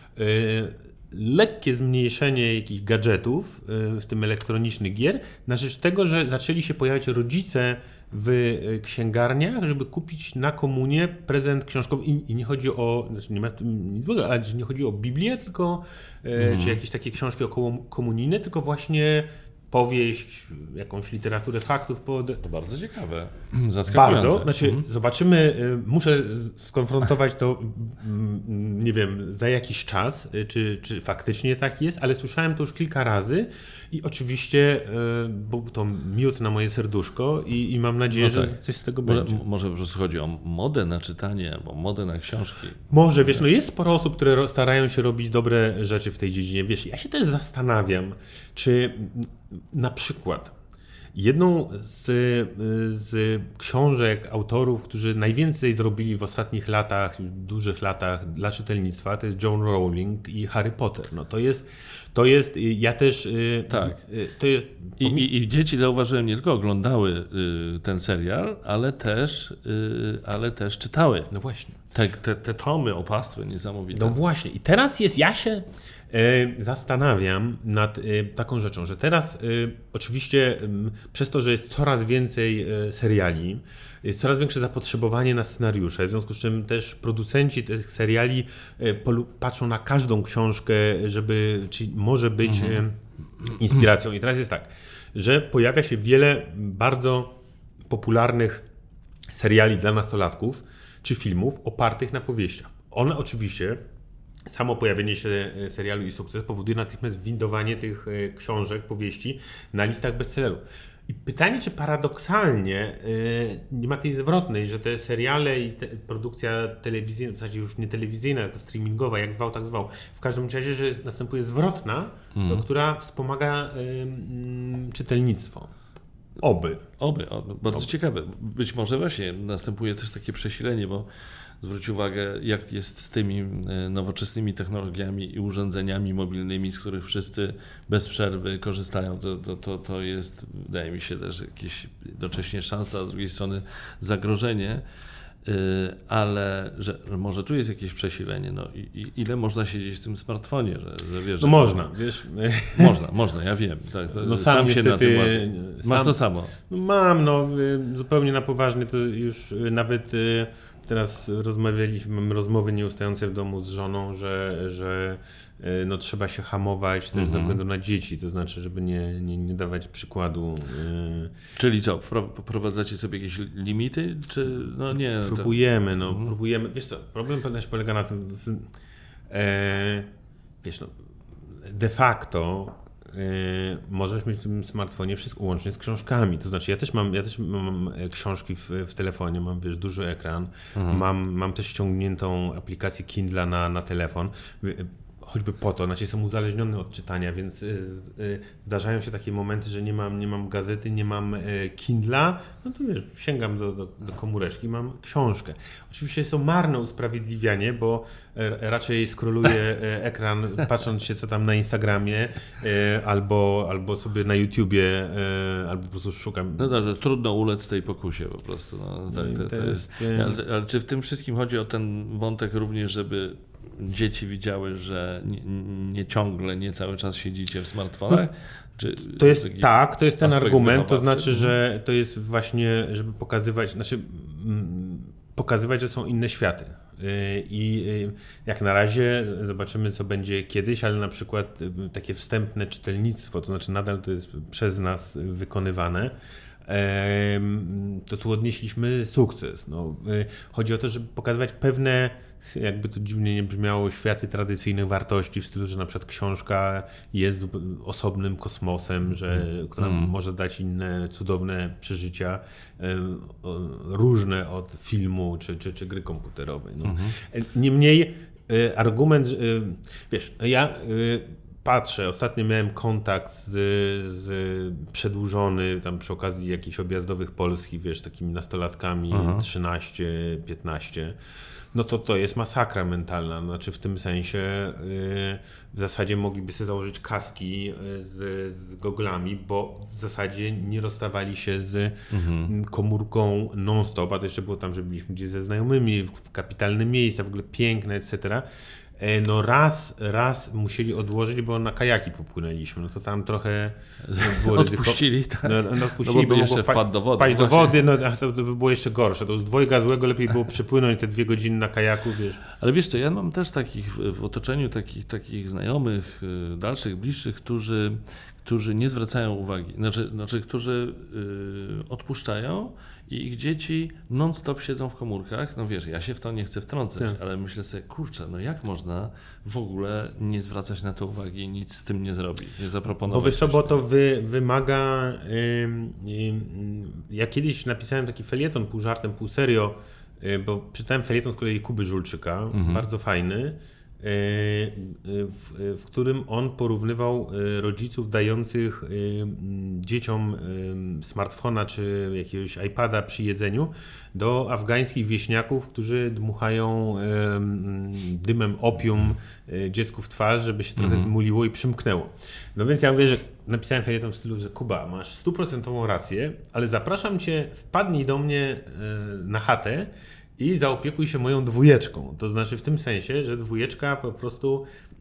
lekkie zmniejszenie jakichś gadżetów, w tym elektronicznych gier, na rzecz tego, że zaczęli się pojawiać rodzice w księgarniach, żeby kupić na komunię prezent książkowy. I nie chodzi o, znaczy nie ma nic złego, ale nie chodzi o Biblię, tylko czy jakieś takie książki około komunijne, tylko właśnie powieść, jakąś literaturę faktów. To bardzo ciekawe, zaskakujące. Bardzo, zobaczymy, muszę skonfrontować to, nie wiem, za jakiś czas, czy faktycznie tak jest, ale słyszałem to już kilka razy i oczywiście był to miód na moje serduszko i mam nadzieję, że coś z tego będzie. Może po prostu chodzi o modę na czytanie, albo modę na książki. Może, wiesz, jest sporo osób, które starają się robić dobre rzeczy w tej dziedzinie. Wiesz, ja się też zastanawiam, czy na przykład jedną z książek autorów, którzy najwięcej zrobili w ostatnich latach, dużych latach dla czytelnictwa, to jest John Rowling i Harry Potter. No to jest, ja też... Tak. I dzieci, zauważyłem, nie tylko oglądały ten serial, ale też czytały. No właśnie. Te tomy opasłe niesamowite. No właśnie. I teraz jest, zastanawiam nad taką rzeczą, że teraz oczywiście przez to, że jest coraz więcej seriali, jest coraz większe zapotrzebowanie na scenariusze, w związku z czym też producenci tych seriali patrzą na każdą książkę, czy może być inspiracją. I teraz jest tak, że pojawia się wiele bardzo popularnych seriali dla nastolatków, czy filmów opartych na powieściach. One oczywiście, samo pojawienie się serialu i sukces powoduje natychmiast windowanie tych książek, powieści na listach bestsellerów. I pytanie, czy paradoksalnie nie ma tej zwrotnej, że te seriale i produkcja telewizyjna, w zasadzie już nie telewizyjna, tylko streamingowa, jak zwał, tak zwał, w każdym razie, że następuje zwrotna, która wspomaga czytelnictwo. Oby. Bardzo ciekawe. Być może właśnie następuje też takie przesilenie, bo zwróć uwagę, jak jest z tymi nowoczesnymi technologiami i urządzeniami mobilnymi, z których wszyscy bez przerwy korzystają. To jest, wydaje mi się, też jakieś jednocześnie szansa, a z drugiej strony zagrożenie. Ale że może tu jest jakieś przesilenie, no i ile można siedzieć w tym smartfonie, że wiesz... No można, wiesz... Można, ja wiem. Tak, no sam się na tym masz to samo. Mam, zupełnie na poważnie, to już nawet teraz mam rozmowy nieustające w domu z żoną, że trzeba się hamować też ze względu na dzieci, to znaczy, żeby nie dawać przykładu. Czyli co, wprowadzacie sobie jakieś limity, czy no nie? Próbujemy. Wiesz co, problem też polega na tym, de facto możesz mieć w tym smartfonie wszystko łącznie z książkami. To znaczy ja też mam książki w telefonie, mam duży ekran, mam też ściągniętą aplikację Kindle na telefon. Choćby po to, jestem uzależniony od czytania, więc zdarzają się takie momenty, że nie mam gazety, nie mam Kindla, no to sięgam do komóreczki, mam książkę. Oczywiście jest to marne usprawiedliwianie, bo raczej scrolluję ekran, patrząc się co tam na Instagramie, albo sobie na YouTubie, albo po prostu szukam. No dobrze, trudno ulec tej pokusie po prostu. To jest. Ale czy w tym wszystkim chodzi o ten wątek również, żeby dzieci widziały, że nie ciągle, nie cały czas siedzicie w smartfonach? Czy to jest ten argument, to znaczy, że to jest właśnie, żeby pokazywać, że są inne światy. I jak na razie zobaczymy, co będzie kiedyś, ale na przykład takie wstępne czytelnictwo, to znaczy nadal to jest przez nas wykonywane, to tu odnieśliśmy sukces. Chodzi o to, żeby pokazywać pewne, jakby to dziwnie nie brzmiało, światy tradycyjnych wartości w stylu, że na przykład książka jest osobnym kosmosem, która może dać inne cudowne przeżycia, różne od filmu czy gry komputerowej. Niemniej argument, wiesz, ja patrzę, ostatnio miałem kontakt z przedłużony tam przy okazji jakichś objazdowych Polski, wiesz, takimi nastolatkami 13-15. No to jest masakra mentalna, znaczy w tym sensie w zasadzie mogliby sobie założyć kaski z goglami, bo w zasadzie nie rozstawali się z komórką non-stop, a to jeszcze było tam, że byliśmy gdzieś ze znajomymi, w kapitalne miejsca, w ogóle piękne, etc. Raz musieli odłożyć, bo na kajaki popłynęliśmy, to tam trochę było odpuścili, tak? Odpuścili, bo jeszcze wpadł do wody. Wpaść do wody, to by było jeszcze gorsze. To z dwojga złego lepiej było przypłynąć te 2 godziny na kajaku, wiesz. Ale wiesz co, ja mam też w otoczeniu takich znajomych, dalszych, bliższych, którzy nie zwracają uwagi, znaczy którzy odpuszczają i ich dzieci non-stop siedzą w komórkach. No wiesz, ja się w to nie chcę wtrącać, ale myślę sobie, kurczę, jak można w ogóle nie zwracać na to uwagi i nic z tym nie zrobić, nie zaproponować. Bo wiesz co, bo to wymaga... Ja kiedyś napisałem taki felieton, pół żartem, pół serio, bo czytałem felieton z kolei Kuby Żulczyka, bardzo fajny, w którym on porównywał rodziców dających dzieciom smartfona czy jakiegoś iPada przy jedzeniu do afgańskich wieśniaków, którzy dmuchają dymem opium dziecku w twarz, żeby się trochę zmuliło i przymknęło. No więc ja mówię, że napisałem felieton w stylu, że Kuba, masz 100% rację, ale zapraszam cię, wpadnij do mnie na chatę i zaopiekuj się moją 2. To znaczy w tym sensie, że 2 po prostu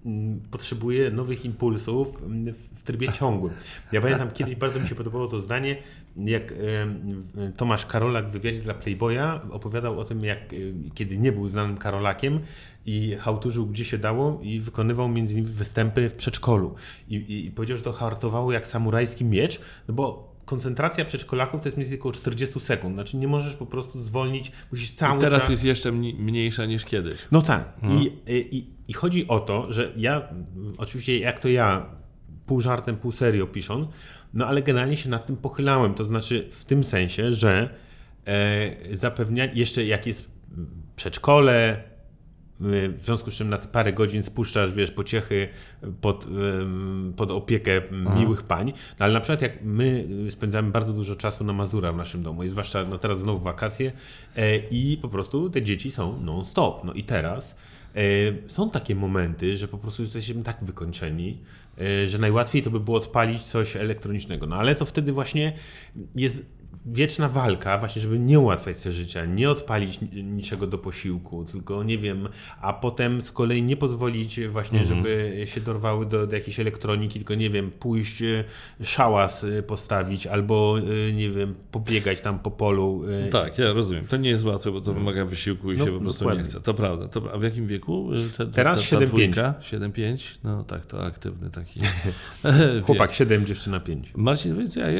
potrzebuje nowych impulsów w trybie ciągłym. Ja pamiętam, kiedyś bardzo mi się podobało to zdanie, jak Tomasz Karolak w wywiadzie dla Playboya opowiadał o tym, kiedy nie był znanym Karolakiem i chałturzył gdzie się dało i wykonywał między innymi występy w przedszkolu. I powiedział, że to hartowało jak samurajski miecz, no bo koncentracja przedszkolaków to jest mniej więcej około 40 sekund. Znaczy nie możesz po prostu zwolnić, musisz cały czas... Teraz jest jeszcze mniejsza niż kiedyś. No tak. I chodzi o to, że ja, oczywiście jak to ja, pół żartem, pół serio pisząc, no ale generalnie się nad tym pochylałem. To znaczy w tym sensie, że zapewnia jeszcze jak jest przedszkole, w związku z czym na te parę godzin spuszczasz, wiesz, pociechy pod opiekę miłych pań. No ale na przykład jak my spędzamy bardzo dużo czasu na Mazurach w naszym domu i zwłaszcza no teraz znowu wakacje i po prostu te dzieci są non-stop. No i teraz są takie momenty, że po prostu jesteśmy tak wykończeni, że najłatwiej to by było odpalić coś elektronicznego. No ale to wtedy właśnie jest wieczna walka właśnie, żeby nie ułatwiać sobie życia, nie odpalić niczego do posiłku, tylko nie wiem, a potem z kolei nie pozwolić właśnie, żeby się dorwały do jakiejś elektroniki, tylko nie wiem, pójść szałas postawić albo nie wiem, pobiegać tam po polu. Tak, ja rozumiem. To nie jest łatwe, bo to wymaga wysiłku i się po prostu dokładnie nie chce. To prawda. A w jakim wieku? Teraz 7-5. 7-5? No tak, to aktywny taki. Chłopak 7, dziewczyna 5. Marcin, powiedz, a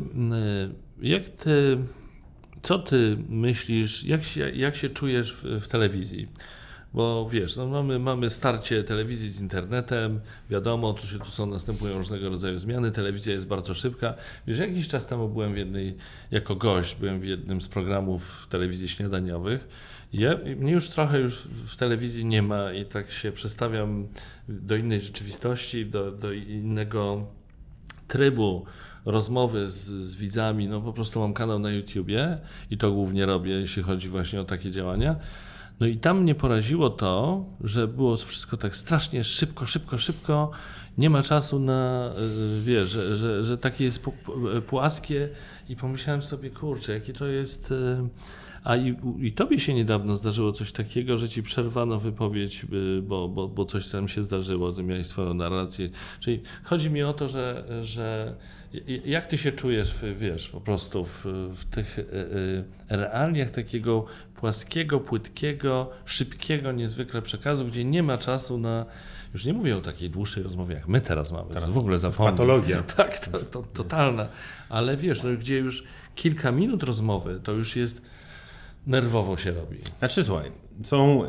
co ty myślisz, jak się czujesz w telewizji? Bo wiesz, no mamy starcie telewizji z internetem, wiadomo, tu następują różnego rodzaju zmiany, telewizja jest bardzo szybka. Wiesz, jakiś czas temu byłem jako gość, byłem w jednym z programów telewizji śniadaniowych. Mnie już trochę w telewizji nie ma i tak się przestawiam do innej rzeczywistości, do innego trybu rozmowy z widzami. No po prostu mam kanał na YouTubie i to głównie robię, jeśli chodzi właśnie o takie działania. No i tam mnie poraziło to, że było wszystko tak strasznie szybko, nie ma czasu na, wiesz, że takie jest płaskie i pomyślałem sobie, kurczę, jakie to jest... A i tobie się niedawno zdarzyło coś takiego, że ci przerwano wypowiedź, bo coś tam się zdarzyło, ty miałeś swoją narrację. Czyli chodzi mi o to, że jak ty się czujesz, wiesz, po prostu w tych realiach takiego płaskiego, płytkiego, szybkiego niezwykle przekazu, gdzie nie ma czasu na... Już nie mówię o takiej dłuższej rozmowie, jak my teraz mamy. Teraz w ogóle zapomnę. Patologia. Tak, to totalna. Ale wiesz, no gdzie już kilka minut rozmowy, to już jest... Nerwowo się robi. Znaczy słuchaj, są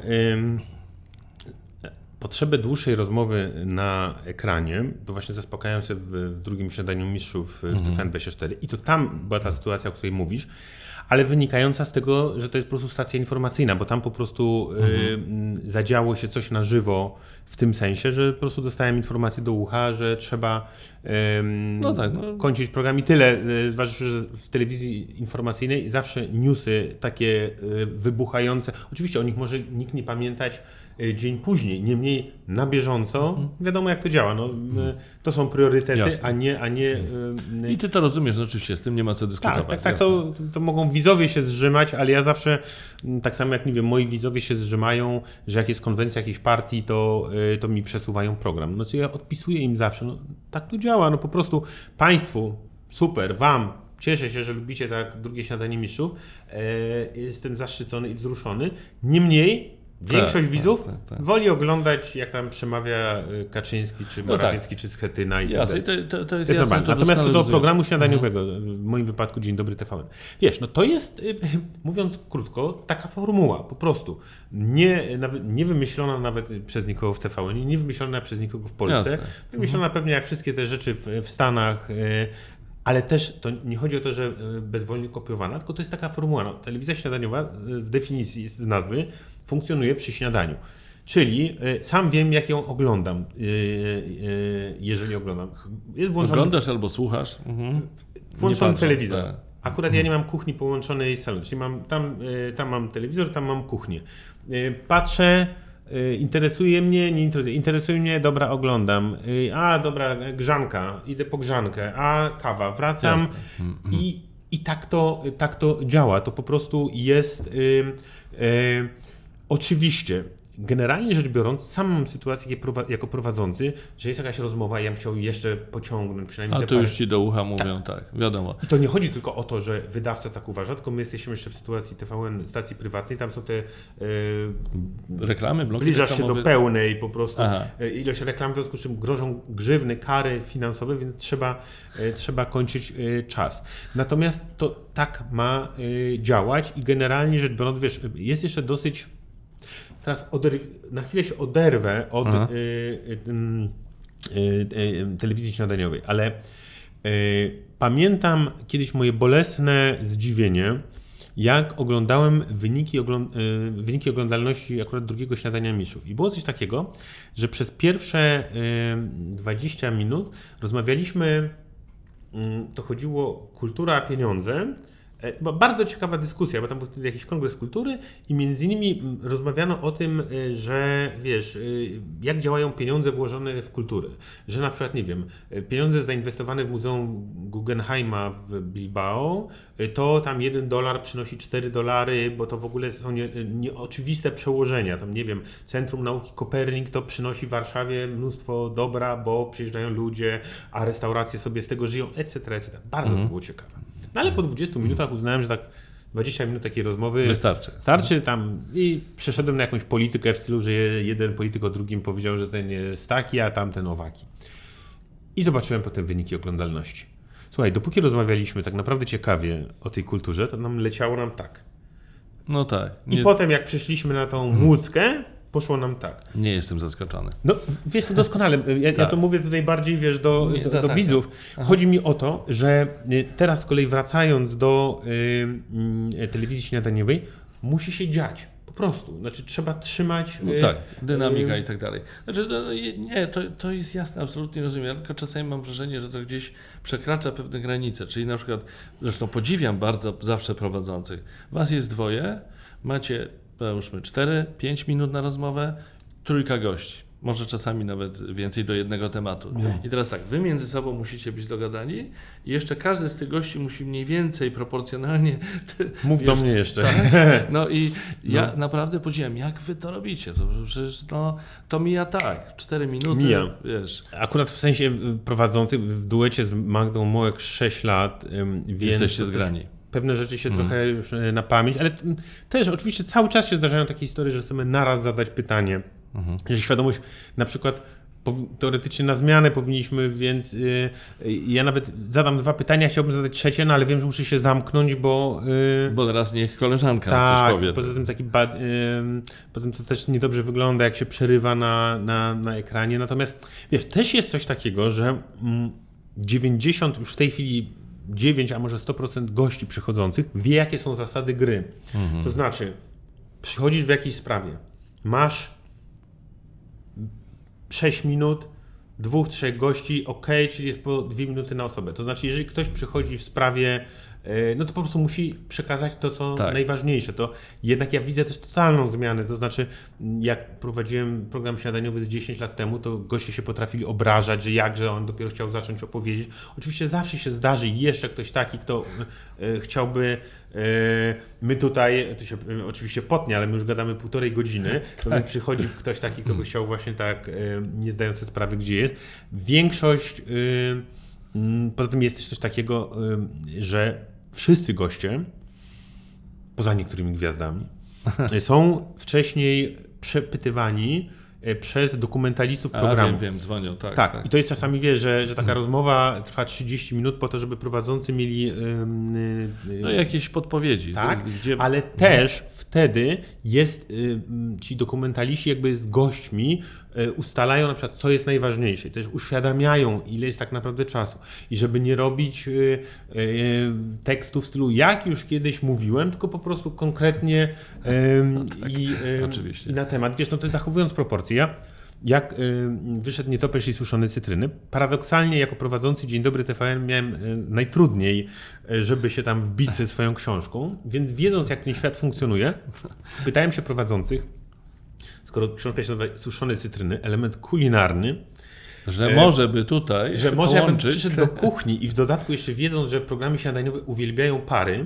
potrzeby dłuższej rozmowy na ekranie, to właśnie zaspokajałem się w drugim śniadaniu mistrzów w TVN24 i to tam była ta sytuacja, o której mówisz, ale wynikająca z tego, że to jest po prostu stacja informacyjna, bo tam po prostu zadziało się coś na żywo w tym sensie, że po prostu dostałem informację do ucha, że trzeba kończyć program i tyle. Zważywszy, że w telewizji informacyjnej zawsze newsy takie wybuchające, oczywiście o nich może nikt nie pamiętać dzień później, niemniej na bieżąco wiadomo jak to działa. No, to są priorytety, jasne. a nie... I ty to rozumiesz, no oczywiście, z tym nie ma co dyskutować. Tak, to mogą widzowie się zrzymać, ale ja zawsze, tak samo jak nie wiem, moi widzowie się zrzymają, że jak jest konwencja jakiejś partii, to mi przesuwają program. No co ja odpisuję im zawsze, no tak to działa, no po prostu państwu, super, wam, cieszę się, że lubicie tak drugie śniadanie mistrzów, jestem zaszczycony i wzruszony, niemniej większość widzów woli oglądać, jak tam przemawia Kaczyński, czy Morawiecki, czy Schetyna i tak dalej. To jest jasne. Natomiast co do programu śniadaniowego, w moim wypadku Dzień Dobry TVN. Wiesz, no to jest, mówiąc krótko, taka formuła, po prostu. Nie wymyślona nawet przez nikogo w TVN, nie wymyślona przez nikogo w Polsce. Wymyślona pewnie jak wszystkie te rzeczy w Stanach, ale też to nie chodzi o to, że bezwolnie kopiowana, tylko to jest taka formuła. No, telewizja śniadaniowa z definicji, z nazwy, funkcjonuje przy śniadaniu. Czyli sam wiem, jak ją oglądam, jeżeli oglądam. Jest włączony... Oglądasz albo słuchasz? Włączony telewizor. Akurat ja nie mam kuchni połączonej z salonem. Czyli tam mam telewizor, tam mam kuchnię. Patrzę, interesuje mnie, nie interesuje mnie, dobra, oglądam. Dobra, grzanka, idę po grzankę, kawa, wracam i tak to działa. To po prostu jest oczywiście generalnie rzecz biorąc, sam mam sytuację jako prowadzący, że jest jakaś rozmowa i ja bym chciał jeszcze pociągnąć przynajmniej A tu już ci do ucha mówią, tak, wiadomo. I to nie chodzi tylko o to, że wydawca tak uważa, tylko my jesteśmy jeszcze w sytuacji TVN, stacji prywatnej, tam są te reklamy, bloki zbliżasz reklamowe. się do pełnej po prostu ilość reklam, w związku z czym grożą grzywny, kary finansowe, więc trzeba kończyć czas. Natomiast to tak ma działać i generalnie rzecz biorąc, wiesz, jest jeszcze dosyć. Teraz na chwilę się oderwę od telewizji śniadaniowej, ale pamiętam kiedyś moje bolesne zdziwienie, jak oglądałem wyniki oglądalności akurat drugiego śniadania mistrzów. I było coś takiego, że przez pierwsze 20 minut rozmawialiśmy, to chodziło kultura, pieniądze. Była bardzo ciekawa dyskusja, bo tam był wtedy jakiś kongres kultury i między innymi rozmawiano o tym, że wiesz, jak działają pieniądze włożone w kulturę. Że na przykład, nie wiem, pieniądze zainwestowane w Muzeum Guggenheima w Bilbao, to tam $1 przynosi $4, bo to w ogóle są nieoczywiste przełożenia. Tam, nie wiem, Centrum Nauki Kopernik to przynosi Warszawie mnóstwo dobra, bo przyjeżdżają ludzie, a restauracje sobie z tego żyją, etc., etc. Bardzo to było ciekawe. No ale po 20 minutach uznałem, że tak 20 minut takiej rozmowy starczy tam i przeszedłem na jakąś politykę w stylu, że jeden polityk o drugim powiedział, że ten jest taki, a tamten owaki. I zobaczyłem potem wyniki oglądalności. Słuchaj, dopóki rozmawialiśmy tak naprawdę ciekawie o tej kulturze, to leciało nam tak. No tak. I potem jak przeszliśmy na tą młódzkę, poszło nam tak. Nie jestem zaskoczony. No wiesz, to doskonale. Ja to mówię tutaj bardziej, wiesz, do widzów. Tak. Chodzi mi o to, że teraz z kolei wracając do telewizji śniadaniowej, musi się dziać. Po prostu. Znaczy trzeba trzymać... dynamika i tak dalej. Znaczy, to jest jasne, absolutnie rozumiem. Tylko czasami mam wrażenie, że to gdzieś przekracza pewne granice. Czyli na przykład, zresztą podziwiam bardzo zawsze prowadzących. Was jest dwoje, macie załóżmy 4-5 minut na rozmowę, 3 gości. Może czasami nawet więcej do jednego tematu. I teraz tak, wy między sobą musicie być dogadani i jeszcze każdy z tych gości musi mniej więcej proporcjonalnie... Mów do mnie jeszcze. Tak? No i ja naprawdę podziwiam, jak wy to robicie. To przecież to mija tak, 4 minuty. Mija. Wiesz. Akurat w sensie prowadzący w duecie z Magdą Mołek 6 lat, więc... Jesteście zgrani. Pewne rzeczy się trochę już na pamięć, ale też oczywiście cały czas się zdarzają takie historie, że chcemy naraz zadać pytanie. Że świadomość, na przykład teoretycznie na zmianę powinniśmy, więc ja nawet zadam 2 pytania, chciałbym zadać trzecie, no ale wiem, że muszę się zamknąć, bo... Bo teraz niech koleżanka tak, coś powie. Poza tym poza tym to też niedobrze wygląda, jak się przerywa na ekranie. Natomiast wiesz, też jest coś takiego, że 90 już w tej chwili 9, a może 100% gości przychodzących wie, jakie są zasady gry. To znaczy, przychodzisz w jakiejś sprawie, masz 6 minut, 2-3 gości, czyli jest po 2 minuty na osobę. To znaczy, jeżeli ktoś przychodzi w sprawie, no to po prostu musi przekazać to, co najważniejsze. To jednak ja widzę też totalną zmianę. To znaczy, jak prowadziłem program śniadaniowy z 10 lat temu, to goście się potrafili obrażać, że on dopiero chciał zacząć opowiedzieć. Oczywiście zawsze się zdarzy jeszcze ktoś taki, kto chciałby... My tutaj, to się oczywiście potnie, ale my już gadamy 1,5 godziny, to przychodzi ktoś taki, kto by chciał właśnie tak, nie zdając sobie sprawy, gdzie jest. Większość, poza tym jest też coś takiego, że wszyscy goście, poza niektórymi gwiazdami, są wcześniej przepytywani przez dokumentalistów programu. Wiem, dzwonią, tak. Tak. I to jest czasami, wiesz, że taka rozmowa trwa 30 minut po to, żeby prowadzący mieli... jakieś podpowiedzi. Tak, ale też wtedy ci dokumentaliści jakby z gośćmi ustalają na przykład, co jest najważniejsze. I też uświadamiają, ile jest tak naprawdę czasu. I żeby nie robić tekstów w stylu, jak już kiedyś mówiłem, tylko po prostu konkretnie i na temat. Wiesz, no to zachowując proporcje. Jak wyszedł Nietoperz i suszone cytryny, paradoksalnie jako prowadzący Dzień Dobry TVN miałem najtrudniej, żeby się tam wbić ze swoją książką, więc wiedząc, jak ten świat funkcjonuje, pytałem się prowadzących, skoro książka się nazywa Suszone cytryny, element kulinarny, Że może by tutaj że może ja bym połączyć. przyszedł do kuchni i w dodatku jeszcze wiedząc, że programy śniadaniowe uwielbiają pary,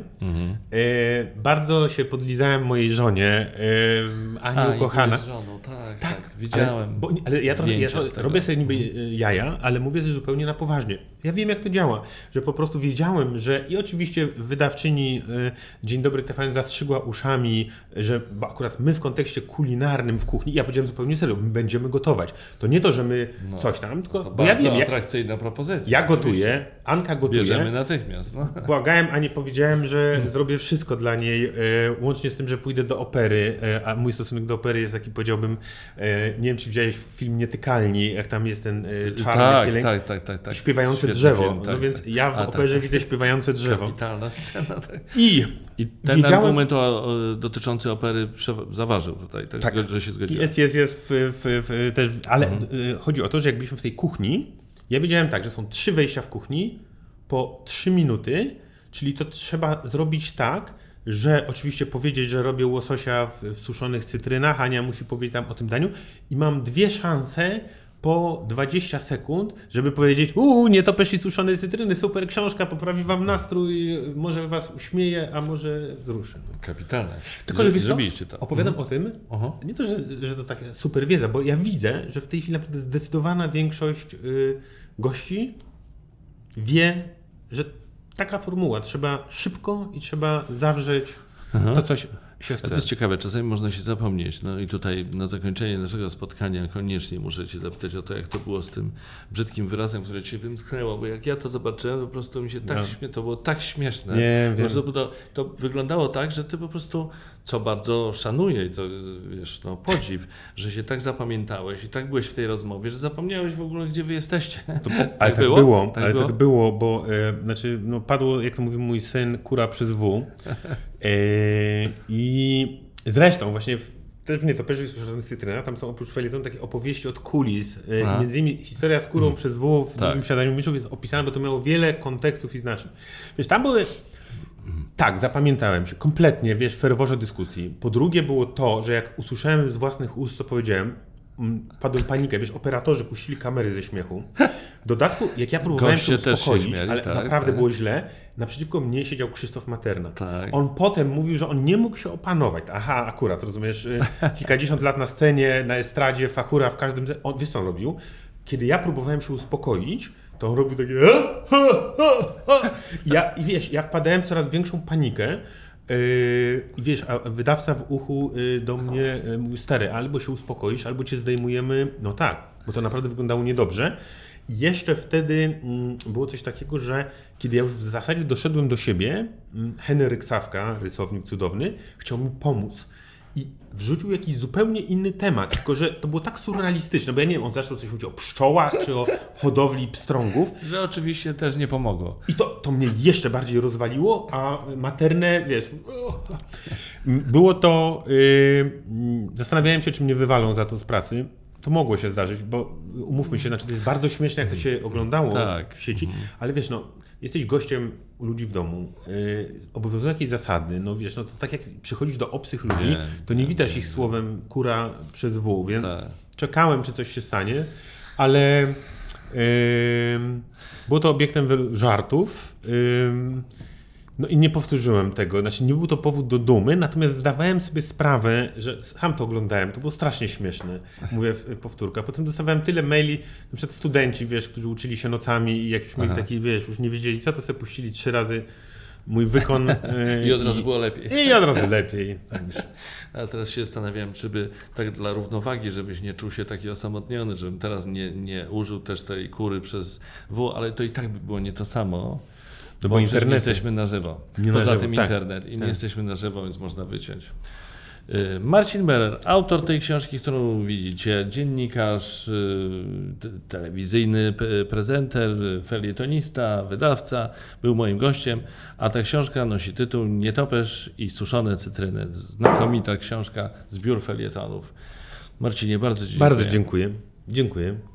bardzo się podlizałem mojej żonie, Aniu kochana. Z żoną, tak, widziałem. Ale ja robię sobie niby jaja, ale mówię też zupełnie na poważnie. Ja wiem, jak to działa, że po prostu wiedziałem, że i oczywiście wydawczyni Dzień Dobry TVN zastrzygła uszami, że bo akurat my w kontekście kulinarnym w kuchni, ja powiedziałem zupełnie serio, my będziemy gotować. To nie to, że my coś tam, tylko to bo ja wiem, atrakcyjna propozycja. Ja gotuję, Anka gotuje. Bierzemy natychmiast. No. Błagałem Anię, powiedziałem, że zrobię wszystko dla niej, łącznie z tym, że pójdę do opery, a mój stosunek do opery jest taki, powiedziałbym, nie wiem, czy widziałeś film Nietykalni, jak tam jest ten czarny pielęgniarz, tak. śpiewające Świetny drzewo. film, no więc ja w operze widzę śpiewające drzewo. Kapitalna scena. Tak. I ten argument dotyczący opery zaważył tutaj, tak, że się zgodziłem. Jest też, ale chodzi o to, że jak byliśmy w tej kuchni, ja wiedziałem tak, że są 3 wejścia w kuchni po 3 minuty, czyli to trzeba zrobić tak, że oczywiście powiedzieć, że robię łososia w suszonych cytrynach, Ania musi powiedzieć tam o tym daniu i mam 2 szanse po 20 sekund, żeby powiedzieć nie topesz i suszone cytryny, super książka, poprawi wam nastrój, może was uśmieje, a może wzruszy. Kapitalne. Tylko, że zrobiliście to. Opowiadam o tym, nie to, że to taka super wiedza, bo ja widzę, że w tej chwili naprawdę zdecydowana większość gości wie, że taka formuła, trzeba szybko i trzeba zawrzeć to, co się chce. To jest ciekawe, czasami można się zapomnieć. No i tutaj na zakończenie naszego spotkania koniecznie muszę cię zapytać o to, jak to było z tym brzydkim wyrazem, które ci się wymsknęło, bo jak ja to zobaczyłem, to po prostu mi się to było tak śmieszne. Nie, wiem. To wyglądało tak, że ty po prostu, co bardzo szanuję i to wiesz, podziw, że się tak zapamiętałeś i tak byłeś w tej rozmowie, że zapomniałeś w ogóle, gdzie wy jesteście. Ale tak było, bo padło, jak to mówił mój syn, kura przez W. I zresztą właśnie też w Nietoperzu i Suszona cytryna, tam są oprócz felietonu takie opowieści od kulis. Między innymi historia z kurą przez W w drugim Śniadaniu Mistrzów jest opisana, bo to miało wiele kontekstów i znaczeń. Wiesz, tam były... Tak, zapamiętałem się kompletnie, wiesz, w ferworze dyskusji. Po drugie było to, że jak usłyszałem z własnych ust, co powiedziałem, padłem panikę, wiesz, operatorzy puścili kamery ze śmiechu. W dodatku, jak ja próbowałem się uspokoić, ale naprawdę było źle, naprzeciwko mnie siedział Krzysztof Materna. Tak. On potem mówił, że on nie mógł się opanować. Aha, akurat, rozumiesz, kilkadziesiąt lat na scenie, na estradzie, fachura w każdym... Wiesz, co on robił? Kiedy ja próbowałem się uspokoić, to on robił takie... Ja wpadałem w coraz większą panikę. I wiesz, a wydawca w uchu do mnie mówił, stary, albo się uspokoisz, albo cię zdejmujemy. No tak, bo to naprawdę wyglądało niedobrze. I jeszcze wtedy było coś takiego, że kiedy ja już w zasadzie doszedłem do siebie, Henryk Sawka, rysownik cudowny, chciał mi pomóc. I wrzucił jakiś zupełnie inny temat, tylko że to było tak surrealistyczne, bo ja nie wiem, on zaczął coś mówić o pszczołach, czy o hodowli pstrągów. Że oczywiście też nie pomogło. I to mnie jeszcze bardziej rozwaliło, a Maternę, wiesz, było to, zastanawiałem się, czy mnie wywalą za to z pracy. To mogło się zdarzyć, bo umówmy się, to jest bardzo śmieszne, jak to się oglądało w sieci, ale wiesz, jesteś gościem u ludzi w domu, obowiązują jakieś zasady, to tak jak przychodzisz do obcych ludzi, to nie witasz ich słowem kura przez W, więc czekałem, czy coś się stanie, ale było to obiektem wielu żartów. I nie powtórzyłem tego, nie był to powód do dumy, natomiast zdawałem sobie sprawę, że sam to oglądałem, to było strasznie śmieszne, mówię powtórka. Potem dostawałem tyle maili, na przykład studenci, wiesz, którzy uczyli się nocami i jak już mieli taki, wiesz, już nie wiedzieli co, to sobie puścili 3 razy mój wykon. I od razu było lepiej. I od razu lepiej. A teraz się zastanawiam, czy by tak dla równowagi, żebyś nie czuł się taki osamotniony, żebym teraz nie użył też tej kury przez W, ale to i tak by było nie to samo. Bo internet. Nie jesteśmy na żywo. Poza tym internet. I nie jesteśmy na żywo, więc można wyciąć. Marcin Berer, autor tej książki, którą widzicie, dziennikarz, telewizyjny prezenter, felietonista, wydawca, był moim gościem, a ta książka nosi tytuł Nietoperz i suszone cytryny. Znakomita książka, zbiór felietonów. Marcinie, bardzo Ci dziękuję. Bardzo dziękuję. Dziękuję.